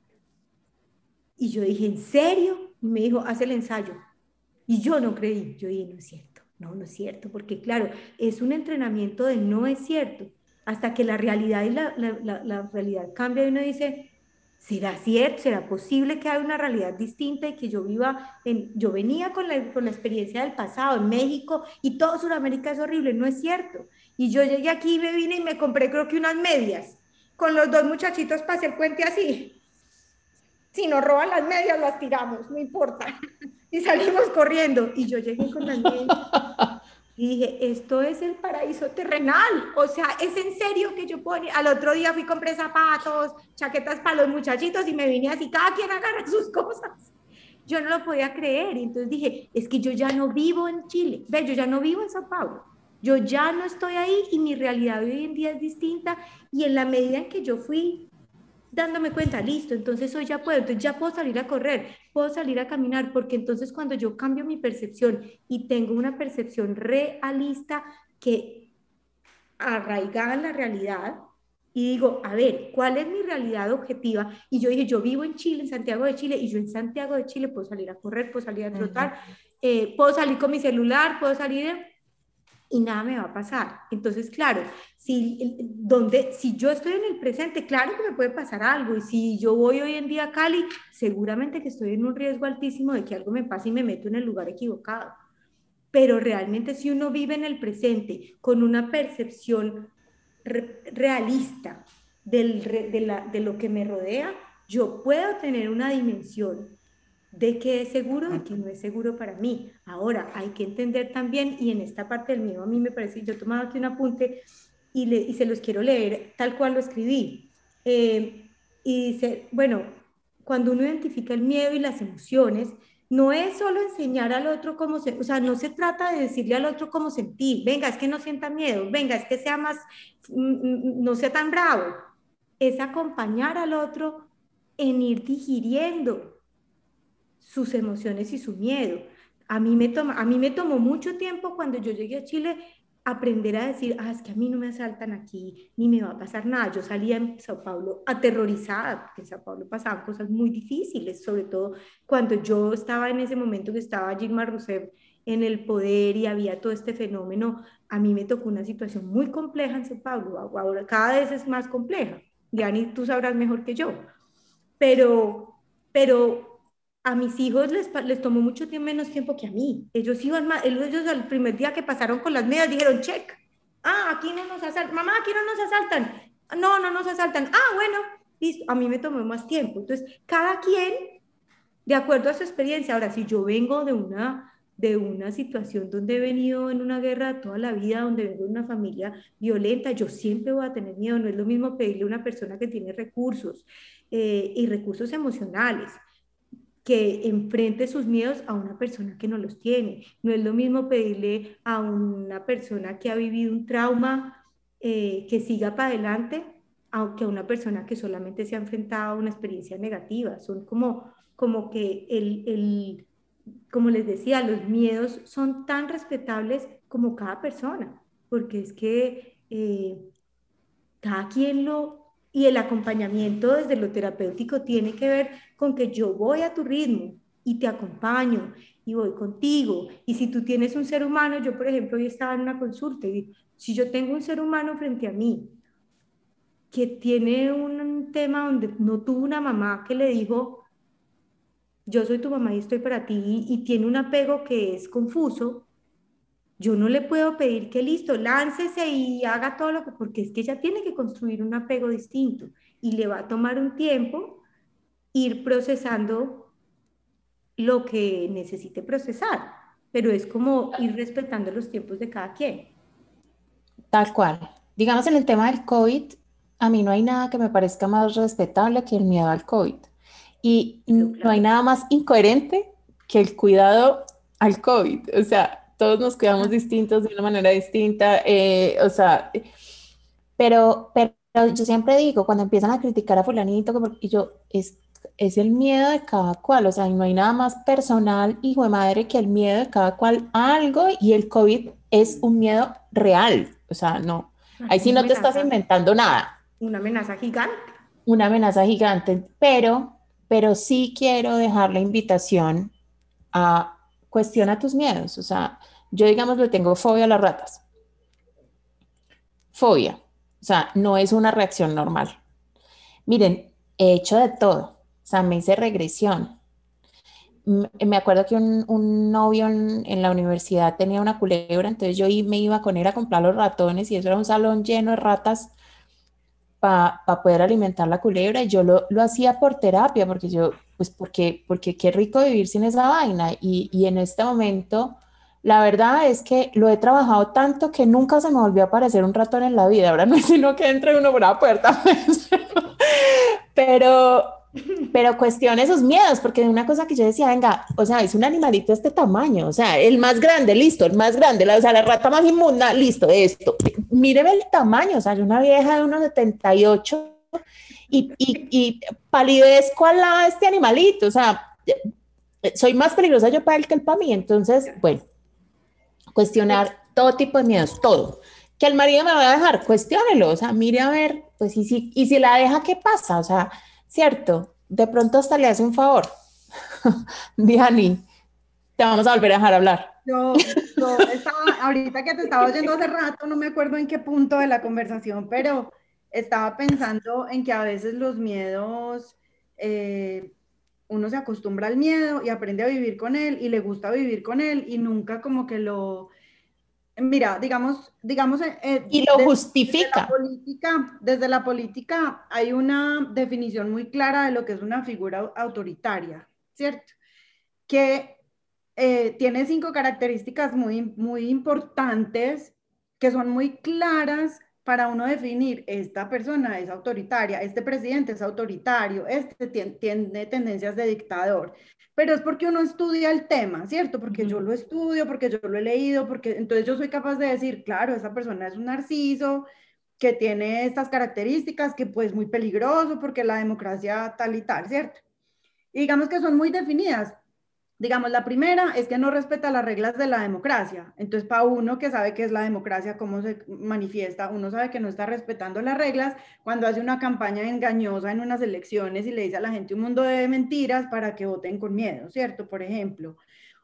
Y yo dije, ¿en serio? Y me dijo, haz el ensayo. Y yo no creí, yo dije, no es cierto, no, no es cierto, porque claro, es un entrenamiento de no es cierto, hasta que la realidad y la, la, la, la realidad cambia y uno dice, ¿será cierto? ¿Será posible que haya una realidad distinta y que yo viva en... Yo venía con la, con la experiencia del pasado en México y todo Sudamérica es horrible, no es cierto. Y yo llegué aquí y me vine y me compré creo que unas medias. Con los dos muchachitos pasé el puente así. Si nos roban las medias, las tiramos, no importa. Y salimos corriendo. Y yo llegué con las medias. Y dije, esto es el paraíso terrenal, o sea, es en serio que yo puedo ir. Al otro día fui, compré zapatos, chaquetas para los muchachitos y me vine así, cada quien agarra sus cosas. Yo no lo podía creer, y entonces dije, es que yo ya no vivo en Chile, ve, yo ya no vivo en Sao Paulo, Yo ya no estoy ahí y mi realidad de hoy en día es distinta, y en la medida en que yo fui dándome cuenta, listo, entonces hoy ya puedo, entonces ya puedo salir a correr, puedo salir a caminar, porque entonces cuando yo cambio mi percepción y tengo una percepción realista que arraigada en la realidad, y digo, a ver, ¿cuál es mi realidad objetiva? Y yo dije, yo vivo en Chile, en Santiago de Chile, y yo en Santiago de Chile puedo salir a correr, puedo salir a trotar, uh-huh. eh, puedo salir con mi celular, puedo salir y nada me va a pasar. Entonces, claro, si, donde, si yo estoy en el presente, claro que me puede pasar algo, y si yo voy hoy en día a Cali, seguramente que estoy en un riesgo altísimo de que algo me pase y me meto en el lugar equivocado. Pero realmente si uno vive en el presente con una percepción re realista del, de, la, de lo que me rodea, yo puedo tener una dimensión de qué es seguro y qué no es seguro para mí. Ahora, hay que entender también, y en esta parte del mío a mí me parece, yo he tomado aquí un apunte y, le, y se los quiero leer tal cual lo escribí. Eh, y dice, bueno, cuando uno identifica el miedo y las emociones, no es solo enseñar al otro cómo se, o sea, no se trata de decirle al otro cómo sentir, venga, es que no sienta miedo, venga, es que sea más, no sea tan bravo. Es acompañar al otro en ir digiriendo sus emociones y su miedo. A mí me toma, a mí me tomó mucho tiempo cuando yo llegué a Chile aprender a decir, ah, es que a mí no me asaltan aquí, ni me va a pasar nada. Yo salía en Sao Paulo aterrorizada, porque en Sao Paulo pasaban cosas muy difíciles, sobre todo cuando yo estaba en ese momento que estaba Dilma Rousseff en el poder y había todo este fenómeno. A mí me tocó una situación muy compleja en Sao Paulo, ahora cada vez es más compleja, ya ni tú sabrás mejor que yo, pero, pero a mis hijos les, les tomó mucho tiempo, menos tiempo que a mí. Ellos iban más, ellos el primer día que pasaron con las medias dijeron, check, ah, aquí no nos asaltan, mamá, aquí no nos asaltan, no, no nos asaltan, ah, bueno, listo, a mí me tomó más tiempo. Entonces, cada quien, de acuerdo a su experiencia. Ahora, si yo vengo de una, de una situación donde he venido en una guerra toda la vida, donde vengo de una familia violenta, yo siempre voy a tener miedo. No es lo mismo pedirle a una persona que tiene recursos eh, y recursos emocionales, que enfrente sus miedos a una persona que no los tiene. No es lo mismo pedirle a una persona que ha vivido un trauma eh, que siga para adelante, aunque a una persona que solamente se ha enfrentado a una experiencia negativa. Son como, como que, el, el, como les decía, los miedos son tan respetables como cada persona, porque es que eh, cada quien lo... Y el acompañamiento desde lo terapéutico tiene que ver con que yo voy a tu ritmo y te acompaño y voy contigo. Y si tú tienes un ser humano, yo por ejemplo hoy estaba en una consulta y si yo tengo un ser humano frente a mí que tiene un tema donde no tuvo una mamá que le dijo, yo soy tu mamá y estoy para ti, y tiene un apego que es confuso, yo no le puedo pedir que listo, láncese y haga todo lo que, porque es que ella tiene que construir un apego distinto y le va a tomar un tiempo ir procesando lo que necesite procesar, pero es como ir respetando los tiempos de cada quien. Tal cual. Digamos, en el tema del COVID, a mí no hay nada que me parezca más respetable que el miedo al COVID. Y no, claro, hay nada más incoherente que el cuidado al COVID. O sea, todos nos cuidamos distintos, de una manera distinta, eh, o sea, pero, pero yo siempre digo, cuando empiezan a criticar a fulanito, y yo, es, es el miedo de cada cual, o sea, no hay nada más personal, hijo de madre, que el miedo de cada cual a algo, y el COVID es un miedo real, o sea, no, ahí sí no te estás inventando nada. Una amenaza gigante. Una amenaza gigante, pero, pero sí quiero dejar la invitación a cuestiona tus miedos, o sea, yo digamos le tengo fobia a las ratas, fobia, o sea, no es una reacción normal. Miren, he hecho de todo, o sea, me hice regresión. Me acuerdo que un, un novio en, en la universidad tenía una culebra, entonces yo me iba con él a comprar los ratones y eso era un salón lleno de ratas para pa poder alimentar la culebra, y yo lo, lo hacía por terapia, porque yo, pues porque, porque qué rico vivir sin esa vaina, y, y en este momento, la verdad es que lo he trabajado tanto que nunca se me volvió a aparecer un ratón en la vida. Ahora no es sino que entre uno por la puerta, pues. pero, pero cuestione esos miedos, porque una cosa que yo decía, venga, o sea, es un animalito de este tamaño, o sea, el más grande, listo, el más grande, la, o sea, la rata más inmunda, listo, esto. Míreme el tamaño, o sea, yo una vieja de unos setenta y ocho y, y, y palidezco al lado de este animalito, o sea, soy más peligrosa yo para él que él para mí, entonces, bueno, cuestionar todo tipo de miedos, todo. Que el marido me va a dejar, cuestiónelo, o sea, mire a ver, pues, y si, y si la deja, ¿qué pasa? O sea, cierto, de pronto hasta le hace un favor. Diani, te vamos a volver a dejar hablar. Yo, yo estaba, ahorita que te estaba oyendo hace rato, no me acuerdo en qué punto de la conversación, pero estaba pensando en que a veces los miedos, eh, uno se acostumbra al miedo y aprende a vivir con él y le gusta vivir con él y nunca como que lo... Mira, digamos, digamos, eh, eh, Y lo desde, desde la justifica. política, desde la política hay una definición muy clara de lo que es una figura autoritaria, ¿cierto? Que eh, tiene cinco características muy, muy importantes que son muy claras para uno definir, esta persona es autoritaria, este presidente es autoritario, este tiene, tiene tendencias de dictador, pero es porque uno estudia el tema, ¿cierto? Porque yo lo estudio, porque yo lo he leído, porque entonces yo soy capaz de decir, claro, esa persona es un narciso, que tiene estas características, que pues muy peligroso porque la democracia tal y tal, ¿cierto? Y digamos que son muy definidas. Digamos, la primera es que no respeta las reglas de la democracia. Entonces, para uno que sabe qué es la democracia, cómo se manifiesta, uno sabe que no está respetando las reglas cuando hace una campaña engañosa en unas elecciones y le dice a la gente un mundo de mentiras para que voten con miedo, ¿cierto? Por ejemplo.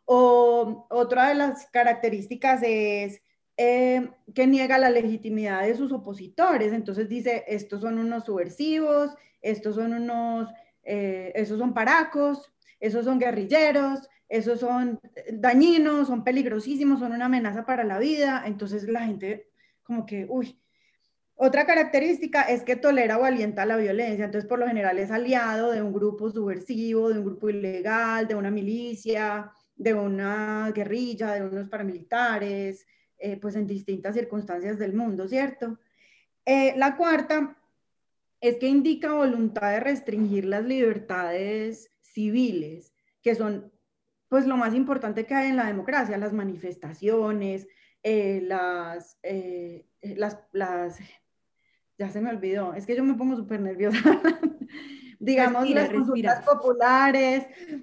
O otra de las características es eh, que niega la legitimidad de sus opositores. Entonces dice, estos son unos subversivos, estos son unos, eh, esos son paracos, esos son guerrilleros, esos son dañinos, son peligrosísimos, son una amenaza para la vida. Entonces la gente como que, uy. Otra característica es que tolera o alienta la violencia, entonces por lo general es aliado de un grupo subversivo, de un grupo ilegal, de una milicia, de una guerrilla, de unos paramilitares, eh, pues en distintas circunstancias del mundo, ¿cierto? Eh, la cuarta es que indica voluntad de restringir las libertades civiles, que son pues lo más importante que hay en la democracia, las manifestaciones, eh, las, eh, las, las, ya se me olvidó, es que yo me pongo súper nerviosa. Digamos, Respira, las consultas respira. populares,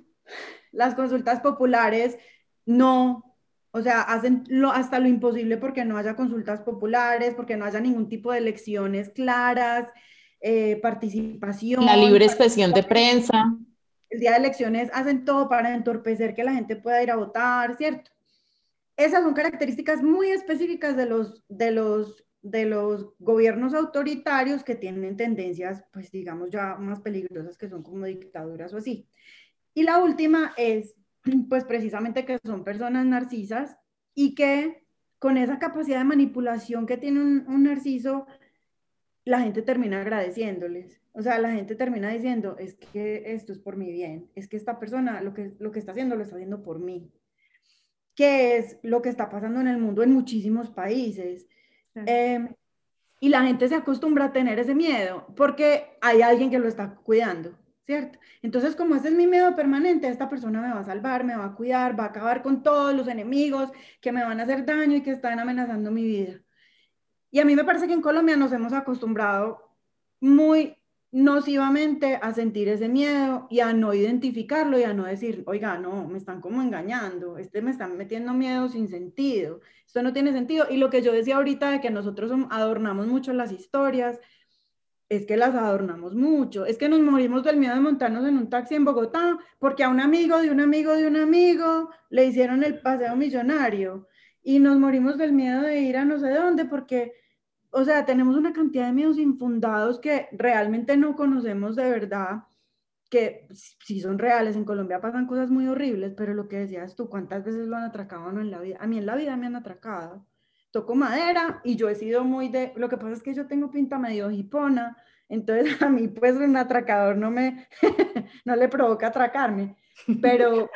las consultas populares no, o sea, hacen lo, hasta lo imposible porque no haya consultas populares, porque no haya ningún tipo de elecciones claras, eh, La participación. libre expresión de prensa. El día de elecciones hacen todo para entorpecer que la gente pueda ir a votar, ¿cierto? Esas son características muy específicas de los, de los, de los gobiernos autoritarios que tienen tendencias, pues digamos, ya más peligrosas, que son como dictaduras o así. Y la última es, pues precisamente que son personas narcisas y que con esa capacidad de manipulación que tiene un, un narciso, la gente termina agradeciéndoles. O sea, la gente termina diciendo, es que esto es por mi bien, es que esta persona lo que, lo que está haciendo lo está haciendo por mí. Que es lo que está pasando en el mundo en muchísimos países. Eh, y la gente se acostumbra a tener ese miedo porque hay alguien que lo está cuidando, ¿cierto? Entonces, como ese es mi miedo permanente, esta persona me va a salvar, me va a cuidar, va a acabar con todos los enemigos que me van a hacer daño y que están amenazando mi vida. Y a mí me parece que en Colombia nos hemos acostumbrado muy nocivamente a sentir ese miedo y a no identificarlo y a no decir, oiga, no, me están como engañando, este me están metiendo miedo sin sentido, esto no tiene sentido. Y lo que yo decía ahorita de que nosotros adornamos mucho las historias, es que las adornamos mucho, es que nos morimos del miedo de montarnos en un taxi en Bogotá porque a un amigo de un amigo de un amigo le hicieron el paseo millonario y nos morimos del miedo de ir a no sé dónde porque, o sea, tenemos una cantidad de miedos infundados que realmente no conocemos de verdad, que sí son reales. En Colombia pasan cosas muy horribles, pero lo que decías tú, ¿cuántas veces lo han atracado o no en la vida? A mí en la vida me han atracado. Toco madera y yo he sido muy de, lo que pasa es que yo tengo pinta medio hipona, entonces a mí pues un atracador no me, no le provoca atracarme, pero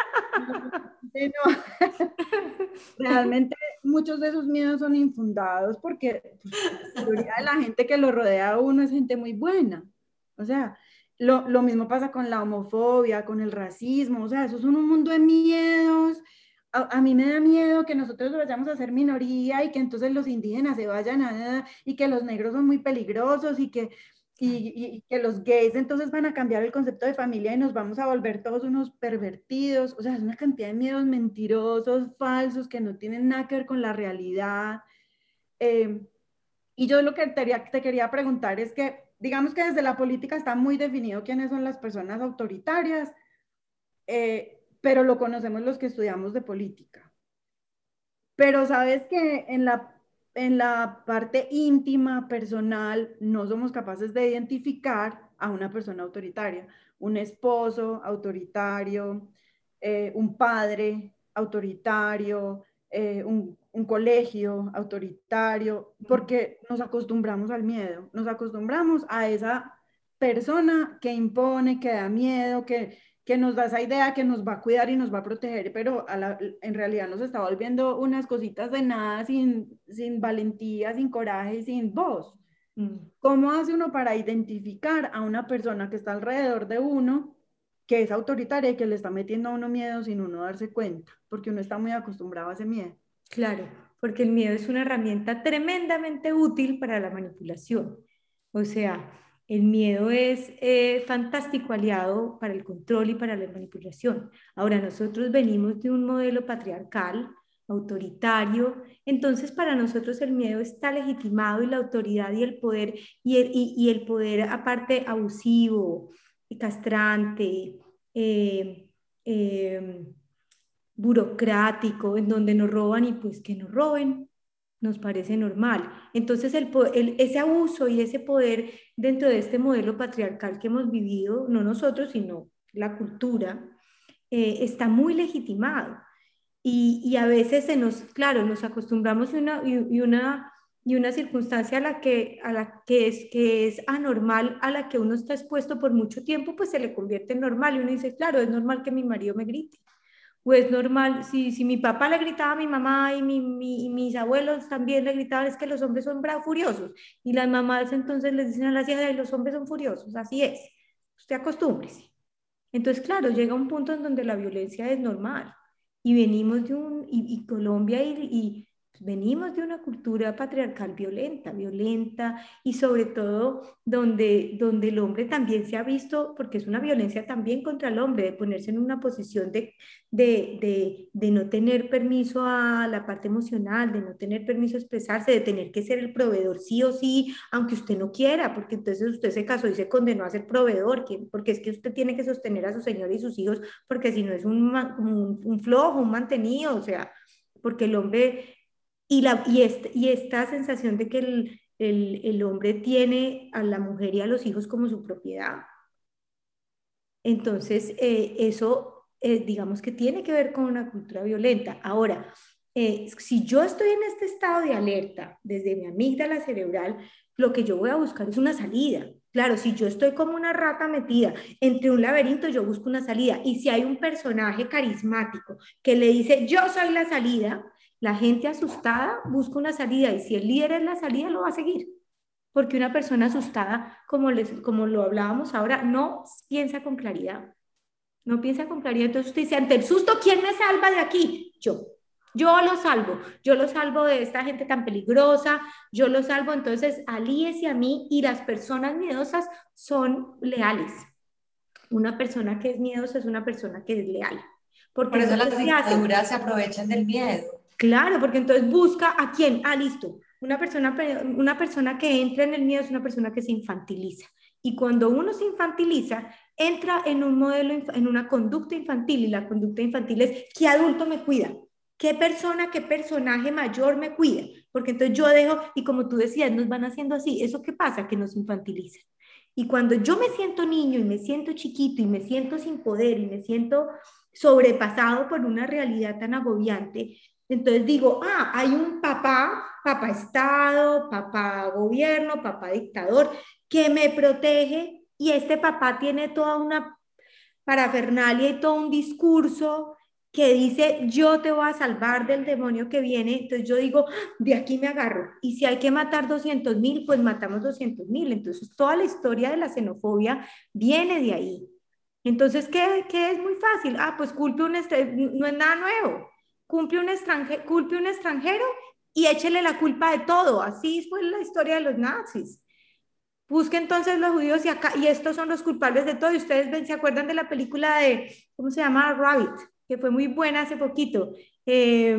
no, realmente muchos de esos miedos son infundados porque pues, la mayoría de la gente que lo rodea a uno es gente muy buena, o sea, Lo, lo mismo pasa con la homofobia, con el racismo, o sea, eso es un mundo de miedos. A, a mí me da miedo que nosotros vayamos a ser minoría y que entonces los indígenas se vayan a, y que los negros son muy peligrosos y que, y, y que los gays entonces van a cambiar el concepto de familia y nos vamos a volver todos unos pervertidos. O sea, es una cantidad de miedos mentirosos, falsos, que no tienen nada que ver con la realidad. Eh, y yo lo que te, te quería preguntar es que, digamos que desde la política está muy definido quiénes son las personas autoritarias, eh, pero lo conocemos los que estudiamos de política. Pero sabes que en la, en la parte íntima, personal, no somos capaces de identificar a una persona autoritaria. Un esposo autoritario, eh, un padre autoritario, eh, un, un colegio autoritario, porque nos acostumbramos al miedo, nos acostumbramos a esa persona que impone, que da miedo, que, que nos da esa idea que nos va a cuidar y nos va a proteger, pero a la, en realidad nos está volviendo unas cositas de nada, sin, sin valentía, sin coraje, sin voz. Mm. ¿Cómo hace uno para identificar a una persona que está alrededor de uno, que es autoritaria y que le está metiendo a uno miedo sin uno darse cuenta? Porque uno está muy acostumbrado a ese miedo. Claro, porque el miedo es una herramienta tremendamente útil para la manipulación. O sea, el miedo es eh, fantástico aliado para el control y para la manipulación. Ahora, nosotros venimos de un modelo patriarcal, autoritario, entonces para nosotros el miedo está legitimado y la autoridad y el poder, y el, y, y el poder aparte abusivo, castrante, eh, eh, burocrático, en donde nos roban y pues que nos roben, nos parece normal. Entonces el, el, ese abuso y ese poder dentro de este modelo patriarcal que hemos vivido, no nosotros, sino la cultura, eh, está muy legitimado. Y, y a veces se nos, claro, nos acostumbramos a una, y, y una, y una circunstancia a la, que, a la que, es, que es anormal, a la que uno está expuesto por mucho tiempo, pues se le convierte en normal. Y uno dice, claro, es normal que mi marido me grite. O es normal, si, si mi papá le gritaba a mi mamá y, mi, mi, y mis abuelos también le gritaban, es que los hombres son bravos, furiosos. Y las mamás entonces les dicen a las hijas, los hombres son furiosos, así es. Usted acostúmbrese. Entonces, claro, llega un punto en donde la violencia es normal. Y venimos de un, y, y Colombia y, y venimos de una cultura patriarcal violenta, violenta, y sobre todo donde, donde el hombre también se ha visto, porque es una violencia también contra el hombre, de ponerse en una posición de, de, de, de no tener permiso a la parte emocional, de no tener permiso a expresarse, de tener que ser el proveedor sí o sí, aunque usted no quiera, porque entonces usted se casó y se condenó a ser proveedor, porque es que usted tiene que sostener a su señora y sus hijos, porque si no es un, un, un flojo, un mantenido, o sea, porque el hombre... Y, la, y, este, y esta sensación de que el, el, el hombre tiene a la mujer y a los hijos como su propiedad. Entonces, eh, eso, eh, digamos que tiene que ver con una cultura violenta. Ahora, eh, si yo estoy en este estado de alerta, desde mi amígdala cerebral, lo que yo voy a buscar es una salida. Claro, si yo estoy como una rata metida entre un laberinto, yo busco una salida. Y si hay un personaje carismático que le dice, yo soy la salida, la gente asustada busca una salida, y si el líder es la salida, lo va a seguir. Porque una persona asustada, como, les, como lo hablábamos ahora, no piensa con claridad. No piensa con claridad. Entonces usted dice, ante el susto, ¿quién me salva de aquí? Yo. Yo lo salvo. Yo lo salvo de esta gente tan peligrosa. Yo lo salvo. Entonces, alíese a mí, y las personas miedosas son leales. Una persona que es miedosa es una persona que es leal. Porque Por eso las dictaduras se aprovechan del miedo. Claro, porque entonces busca a quién. Ah, listo. Una persona, una persona que entra en el miedo es una persona que se infantiliza. Y cuando uno se infantiliza, entra en un modelo, en una conducta infantil. Y la conducta infantil es, ¿qué adulto me cuida? ¿Qué persona, qué personaje mayor me cuida? Porque entonces yo dejo, y como tú decías, nos van haciendo así. ¿Eso qué pasa? Que nos infantilizan. Y cuando yo me siento niño y me siento chiquito y me siento sin poder y me siento sobrepasado por una realidad tan agobiante, entonces digo, ah, hay un papá, papá Estado, papá gobierno, papá dictador, que me protege, y este papá tiene toda una parafernalia y todo un discurso que dice, yo te voy a salvar del demonio que viene, entonces yo digo, de aquí me agarro, y si hay que matar doscientos mil, pues matamos doscientos mil, entonces toda la historia de la xenofobia viene de ahí. Entonces, ¿qué, qué es muy fácil? Ah, pues culpe un extranjero, no es nada nuevo, culpe un extranjero, culpe un extranjero y échele la culpa de todo, así fue la historia de los nazis. Busque entonces los judíos y acá, y estos son los culpables de todo. Y ustedes ven, se acuerdan de la película de, ¿cómo se llama? Rabbit, que fue muy buena hace poquito. Eh,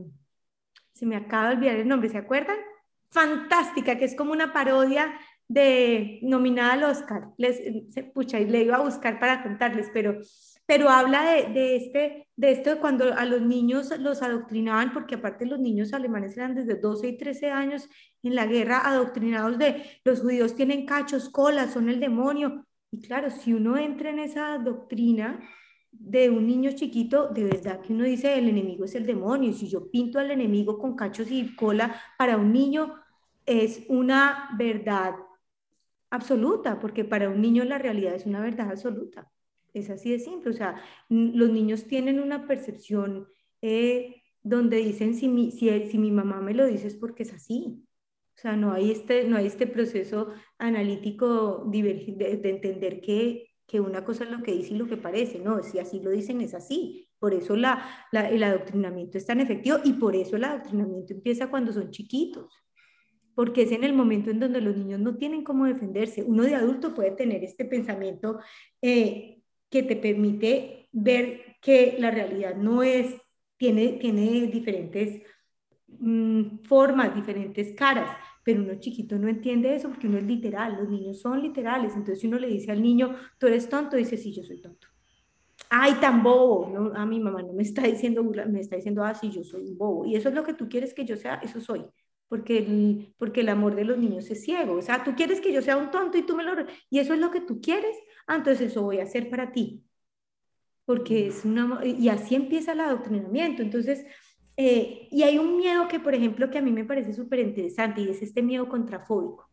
se me acaba de olvidar el nombre, ¿se acuerdan? Fantástica, que es como una parodia de nominada al Oscar. Les, se, pucha, y le iba a buscar para contarles, pero, pero habla de, de, este, de esto de cuando a los niños los adoctrinaban, porque aparte los niños alemanes eran desde doce y trece años en la guerra adoctrinados de los judíos tienen cachos, colas, son el demonio. Y claro, si uno entra en esa doctrina de un niño chiquito, de verdad que uno dice el enemigo es el demonio, y si yo pinto al enemigo con cachos y cola, para un niño es una verdad absoluta, porque para un niño la realidad es una verdad absoluta. Es así de simple, o sea, los niños tienen una percepción eh, donde dicen, si mi, si, si mi mamá me lo dice es porque es así. O sea, no hay este, no hay este proceso analítico de, de entender que, que una cosa es lo que dice y lo que parece, no, si así lo dicen es así. Por eso la, la, el adoctrinamiento es tan efectivo y por eso el adoctrinamiento empieza cuando son chiquitos, porque es en el momento en donde los niños no tienen cómo defenderse. Uno de adulto puede tener este pensamiento eh, que te permite ver que la realidad no es, tiene, tiene diferentes mmm, formas, diferentes caras, pero uno chiquito no entiende eso porque uno es literal, los niños son literales, entonces si uno le dice al niño, tú eres tonto, dice, sí, yo soy tonto. Ay, tan bobo, no, a mi mamá no me está diciendo, me está diciendo, ah, sí, yo soy un bobo, y eso es lo que tú quieres que yo sea, eso soy, porque el, porque el amor de los niños es ciego, o sea, tú quieres que yo sea un tonto y tú me lo, y eso es lo que tú quieres, ah, entonces eso voy a hacer para ti, porque es una, y así empieza el adoctrinamiento, entonces, eh, y hay un miedo que, por ejemplo, que a mí me parece súper interesante, y es este miedo contrafóbico.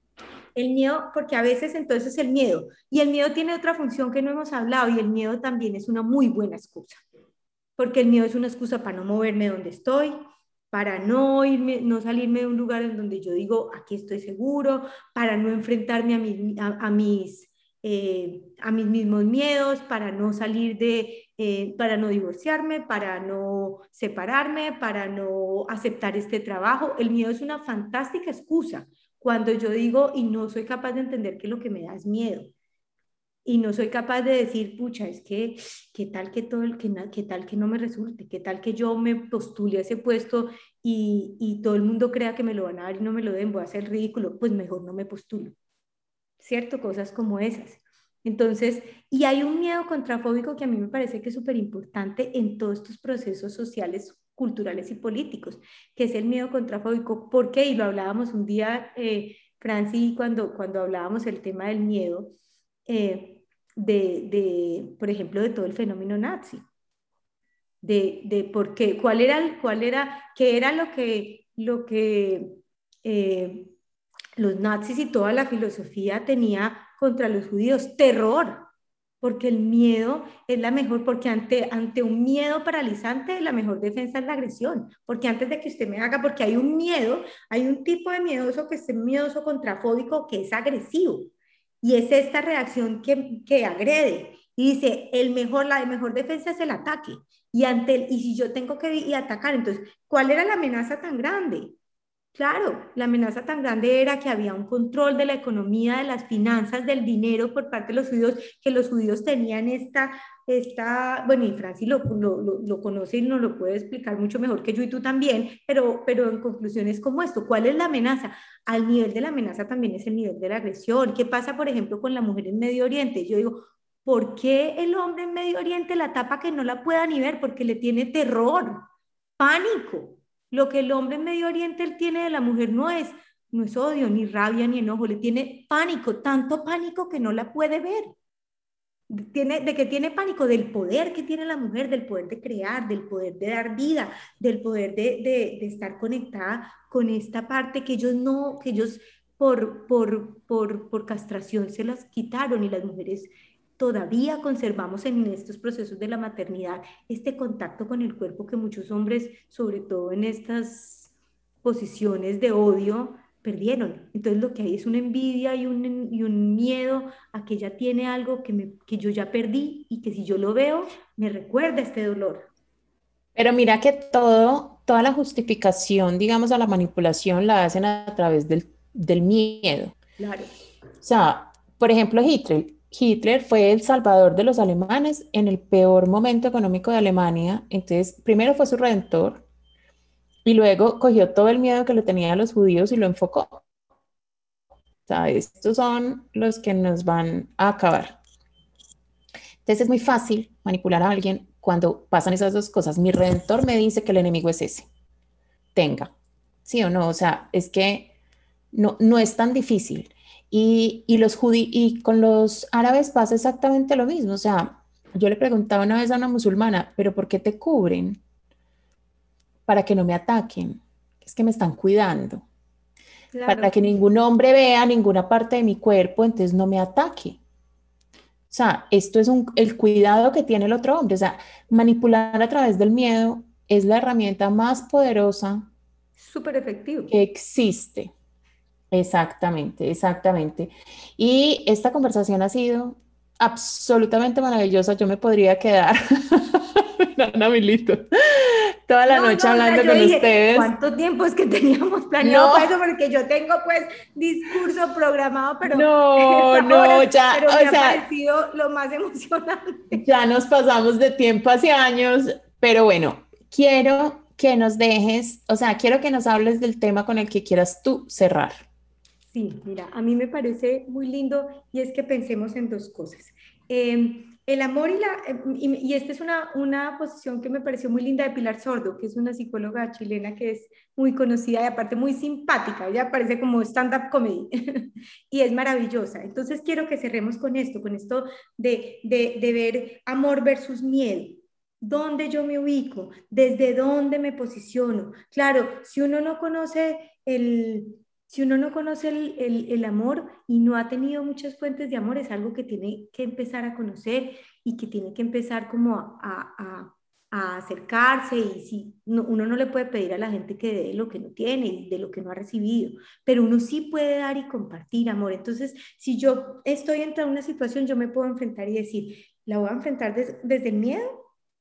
El miedo, porque a veces entonces el miedo, y el miedo tiene otra función que no hemos hablado, y el miedo también es una muy buena excusa, porque el miedo es una excusa para no moverme donde estoy, para no irme, no salirme de un lugar en donde yo digo, aquí estoy seguro, para no enfrentarme a, mi, a, a mis, eh, a mis mismos miedos, para no salir de, eh, para no divorciarme, para no separarme, para no aceptar este trabajo. El miedo es una fantástica excusa cuando yo digo y no soy capaz de entender que lo que me da es miedo. Y no soy capaz de decir, pucha, es que, ¿qué tal que todo el, que, qué tal que no me resulte? ¿Qué tal que yo me postule a ese puesto y, y todo el mundo crea que me lo van a dar y no me lo den? Voy a hacer ridículo. Pues mejor no me postulo. ¿Cierto? Cosas como esas. Entonces, y hay un miedo contrafóbico que a mí me parece que es súper importante en todos estos procesos sociales, culturales y políticos, que es el miedo contrafóbico. ¿Por qué? Y lo hablábamos un día, eh, Franci, cuando, cuando hablábamos el tema del miedo, eh, de, de, por ejemplo, de todo el fenómeno nazi, de, de por qué, cuál era, cuál era, qué era lo que, lo que eh, los nazis y toda la filosofía tenía contra los judíos, terror, porque el miedo es la mejor, porque ante, ante un miedo paralizante, la mejor defensa es la agresión, porque antes de que usted me haga, porque hay un miedo, hay un tipo de miedoso que es miedoso contrafóbico que es agresivo, y es esta reacción que, que agrede, y dice, el mejor, la mejor defensa es el ataque, y, ante el, y si yo tengo que y atacar, entonces, ¿cuál era la amenaza tan grande? Claro, la amenaza tan grande era que había un control de la economía, de las finanzas, del dinero por parte de los judíos, que los judíos tenían esta, esta bueno, y Francis lo, lo, lo, lo conoce y nos lo puede explicar mucho mejor que yo y tú también, pero, pero en conclusión es como esto, ¿cuál es la amenaza? Al nivel de la amenaza también es el nivel de la agresión. ¿Qué pasa, por ejemplo, con la mujer en Medio Oriente? Yo digo, ¿por qué el hombre en Medio Oriente la tapa que no la pueda ni ver? Porque le tiene terror, pánico. Lo que el hombre en Medio Oriente él tiene de la mujer no es, no es odio, ni rabia, ni enojo, le tiene pánico, tanto pánico que no la puede ver. Tiene, ¿de qué tiene pánico? Del poder que tiene la mujer, del poder de crear, del poder de dar vida, del poder de, de, de estar conectada con esta parte que ellos no, que ellos por, por, por, por castración se las quitaron y las mujeres todavía conservamos en estos procesos de la maternidad este contacto con el cuerpo que muchos hombres, sobre todo en estas posiciones de odio, perdieron. Entonces lo que hay es una envidia y un, y un miedo a que ella tiene algo que, me, que yo ya perdí y que si yo lo veo, me recuerda este dolor. Pero mira que todo, toda la justificación, digamos, a la manipulación la hacen a través del, del miedo. Claro. O sea, por ejemplo, Hitler. Hitler fue el salvador de los alemanes en el peor momento económico de Alemania. Entonces, primero fue su redentor y luego cogió todo el miedo que le tenían a los judíos y lo enfocó. O sea, estos son los que nos van a acabar. Entonces es muy fácil manipular a alguien cuando pasan esas dos cosas. Mi redentor me dice que el enemigo es ese. Tenga. ¿Sí o no? O sea, es que no, no es tan difícil. Y, y, los judí y con los árabes pasa exactamente lo mismo. O sea, yo le preguntaba una vez a una musulmana, ¿pero por qué te cubren? Para que no me ataquen. Es que me están cuidando. Claro. Para que ningún hombre vea ninguna parte de mi cuerpo, entonces no me ataque. O sea, esto es un, el cuidado que tiene el otro hombre. O sea, manipular a través del miedo es la herramienta más poderosa Súper efectivo. que existe. Exactamente, exactamente. Y esta conversación ha sido absolutamente maravillosa. Yo me podría quedar, Ana Milito, toda la No, noche no, hablando yo con dije, ustedes. ¿cuánto tiempo es que teníamos planeado No. para eso? Porque yo tengo pues discurso programado, pero No, no, horas, ya, pero o me ha sea, parecido lo más emocionante. ya nos pasamos de tiempo hace años, pero bueno, quiero que nos dejes, o sea, quiero que nos hables del tema con el que quieras tú cerrar. Sí, mira, a mí me parece muy lindo y es que pensemos en dos cosas. Eh, el amor y la, eh, y, y esta es una, una posición que me pareció muy linda de Pilar Sordo, que es una psicóloga chilena que es muy conocida y aparte muy simpática, ella parece como stand-up comedy y es maravillosa. Entonces quiero que cerremos con esto, con esto de, de, de ver amor versus miedo. ¿Dónde yo me ubico? ¿Desde dónde me posiciono? Claro, si uno no conoce el... Si uno no conoce el, el, el amor y no ha tenido muchas fuentes de amor, es algo que tiene que empezar a conocer y que tiene que empezar como a, a, a acercarse y si no, uno no le puede pedir a la gente que dé lo que no tiene y de lo que no ha recibido, pero uno sí puede dar y compartir amor. Entonces, si yo estoy en una situación, yo me puedo enfrentar y decir, ¿la voy a enfrentar des, desde el miedo?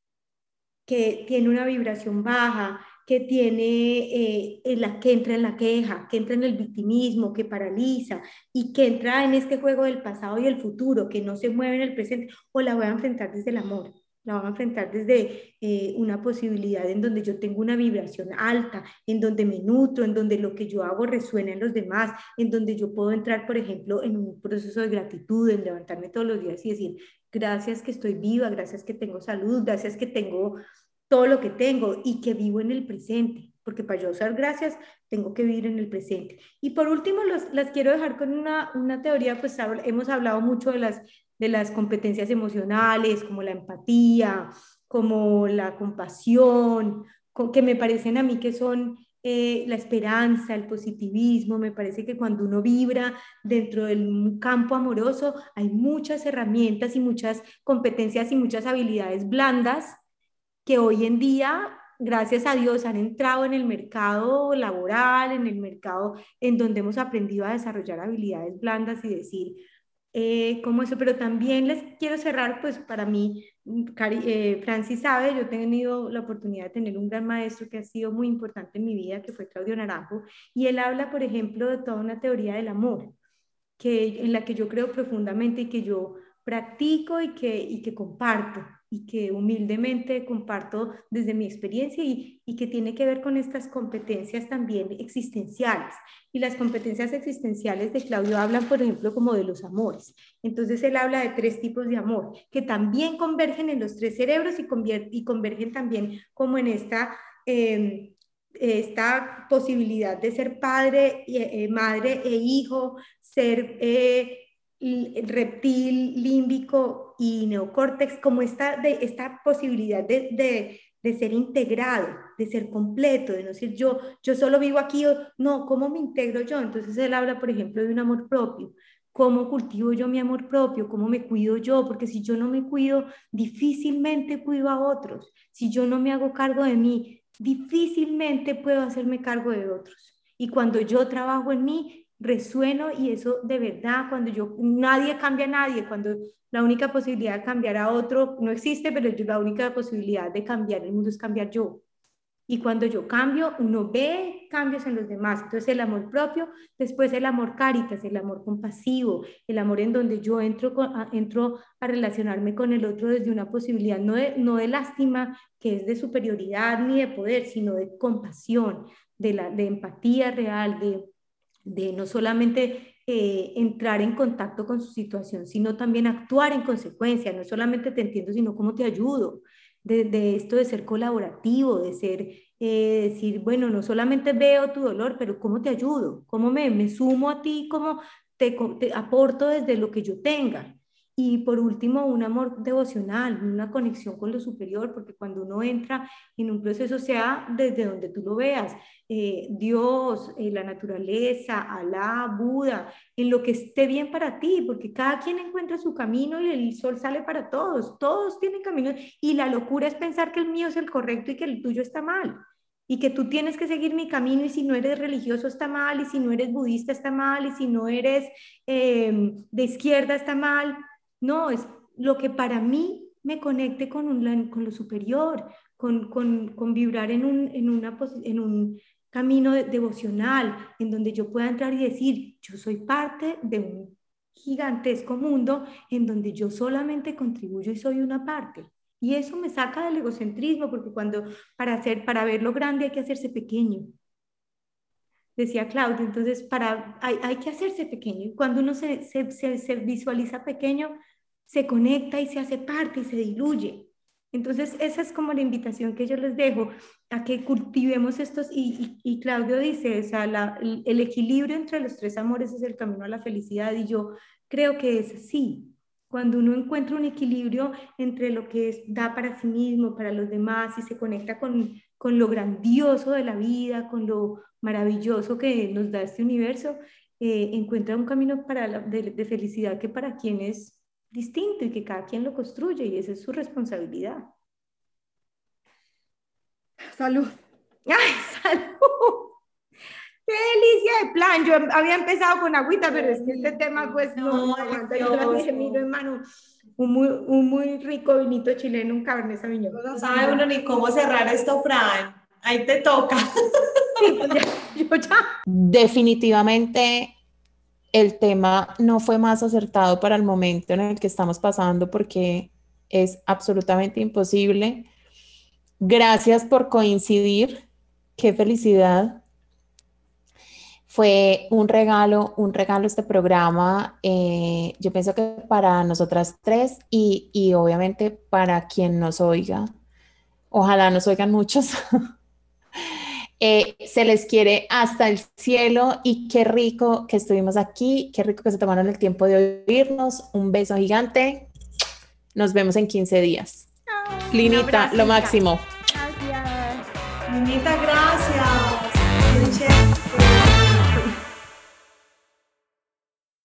Que tiene una vibración baja, que tiene eh, en la, que entra en la queja, que entra en el victimismo, que paraliza y que entra en este juego del pasado y el futuro, que no se mueve en el presente, o la voy a enfrentar desde el amor, la voy a enfrentar desde eh, una posibilidad en donde yo tengo una vibración alta, en donde me nutro, en donde lo que yo hago resuena en los demás, en donde yo puedo entrar, por ejemplo, en un proceso de gratitud, en levantarme todos los días y decir, gracias que estoy viva, gracias que tengo salud, gracias que tengo todo lo que tengo y que vivo en el presente, porque para yo usar gracias tengo que vivir en el presente. Y por último, los, las quiero dejar con una, una teoría, pues habl hemos hablado mucho de las, de las competencias emocionales, como la empatía, como la compasión, con, que me parecen a mí que son eh, la esperanza, el positivismo. Me parece que cuando uno vibra dentro del campo amoroso hay muchas herramientas y muchas competencias y muchas habilidades blandas que hoy en día, gracias a Dios, han entrado en el mercado laboral, en el mercado en donde hemos aprendido a desarrollar habilidades blandas y decir eh, cómo eso, pero también les quiero cerrar, pues para mí, Cari, eh, Francis sabe, yo he tenido la oportunidad de tener un gran maestro que ha sido muy importante en mi vida, que fue Claudio Naranjo, y él habla, por ejemplo, de toda una teoría del amor, que, en la que yo creo profundamente y que yo practico y que, y que comparto y que humildemente comparto desde mi experiencia y, y que tiene que ver con estas competencias también existenciales. Y las competencias existenciales de Claudio hablan, por ejemplo, como de los amores. Entonces él habla de tres tipos de amor que también convergen en los tres cerebros y, y convergen también como en esta... Eh, esta posibilidad de ser padre, eh, madre e hijo, ser eh, reptil, límbico y neocórtex, como esta, de, esta posibilidad de, de, de ser integrado, de ser completo, de no decir yo, yo solo vivo aquí, o, no, ¿cómo me integro yo? Entonces él habla, por ejemplo, de un amor propio. ¿Cómo cultivo yo mi amor propio? ¿Cómo me cuido yo? Porque si yo no me cuido, difícilmente cuido a otros. Si yo no me hago cargo de mí, difícilmente puedo hacerme cargo de otros. Y cuando yo trabajo en mí, resueno, y eso de verdad, cuando yo, nadie cambia a nadie, cuando la única posibilidad de cambiar a otro no existe, pero yo, la única posibilidad de cambiar el mundo es cambiar yo. Y cuando yo cambio, uno ve cambios en los demás. Entonces el amor propio, después el amor cáritas, el amor compasivo, el amor en donde yo entro, a, entro a relacionarme con el otro desde una posibilidad no de, no de lástima, que es de superioridad ni de poder, sino de compasión, de, la, de empatía real, de, de no solamente eh, entrar en contacto con su situación, sino también actuar en consecuencia. No solamente te entiendo, sino cómo te ayudo. De, de esto de ser colaborativo, de ser, eh, decir, bueno, no solamente veo tu dolor, pero ¿cómo te ayudo? ¿Cómo me, me sumo a ti? ¿Cómo te, te aporto desde lo que yo tenga? Y por último, un amor devocional, una conexión con lo superior, porque cuando uno entra en un proceso, sea desde donde tú lo veas, eh, Dios, eh, la naturaleza, Alá, Buda, en lo que esté bien para ti, porque cada quien encuentra su camino y el sol sale para todos, todos tienen caminos, y la locura es pensar que el mío es el correcto y que el tuyo está mal, y que tú tienes que seguir mi camino, y si no eres religioso está mal, y si no eres budista está mal, y si no eres eh, de izquierda está mal. No, es lo que para mí me conecte con, un, con lo superior, con, con, con vibrar en un, en, una, en un camino de, devocional, en donde yo pueda entrar y decir, yo soy parte de un gigantesco mundo en donde yo solamente contribuyo y soy una parte. Y eso me saca del egocentrismo, porque cuando para, hacer, para ver lo grande hay que hacerse pequeño. Decía Claudia, entonces para, hay, hay que hacerse pequeño, y cuando uno se, se, se, se visualiza pequeño, se conecta y se hace parte y se diluye. Entonces esa es como la invitación que yo les dejo, a que cultivemos estos, y, y, y Claudio dice, o sea, la, el, el equilibrio entre los tres amores es el camino a la felicidad, y yo creo que es así. Cuando uno encuentra un equilibrio entre lo que es, da para sí mismo, para los demás, y se conecta con, con lo grandioso de la vida, con lo maravilloso que nos da este universo, eh, encuentra un camino para la, de, de felicidad que para quien es distinto, y que cada quien lo construye, y esa es su responsabilidad. Salud. ¡Ay, salud! ¡Qué delicia de plan! Yo había empezado con agüita, pero es que este tema pues no, no aguanta. Yo la dije, miro hermano, un muy, un muy rico vinito chileno, un Cabernet Sauvignon. No sabe uno ni cómo cerrar esto, Fran. Ahí te toca. Sí, pues ya, yo ya. Definitivamente el tema no fue más acertado para el momento en el que estamos pasando, porque es absolutamente imposible. Gracias por coincidir. Qué felicidad. Fue un regalo, un regalo este programa. Eh, yo pienso que para nosotras tres y, y obviamente para quien nos oiga, ojalá nos oigan muchos. Eh, se les quiere hasta el cielo, y qué rico que estuvimos aquí, qué rico que se tomaron el tiempo de oírnos. Un beso gigante. Nos vemos en quince días. Linita, lo máximo. Gracias. Linita, gracias.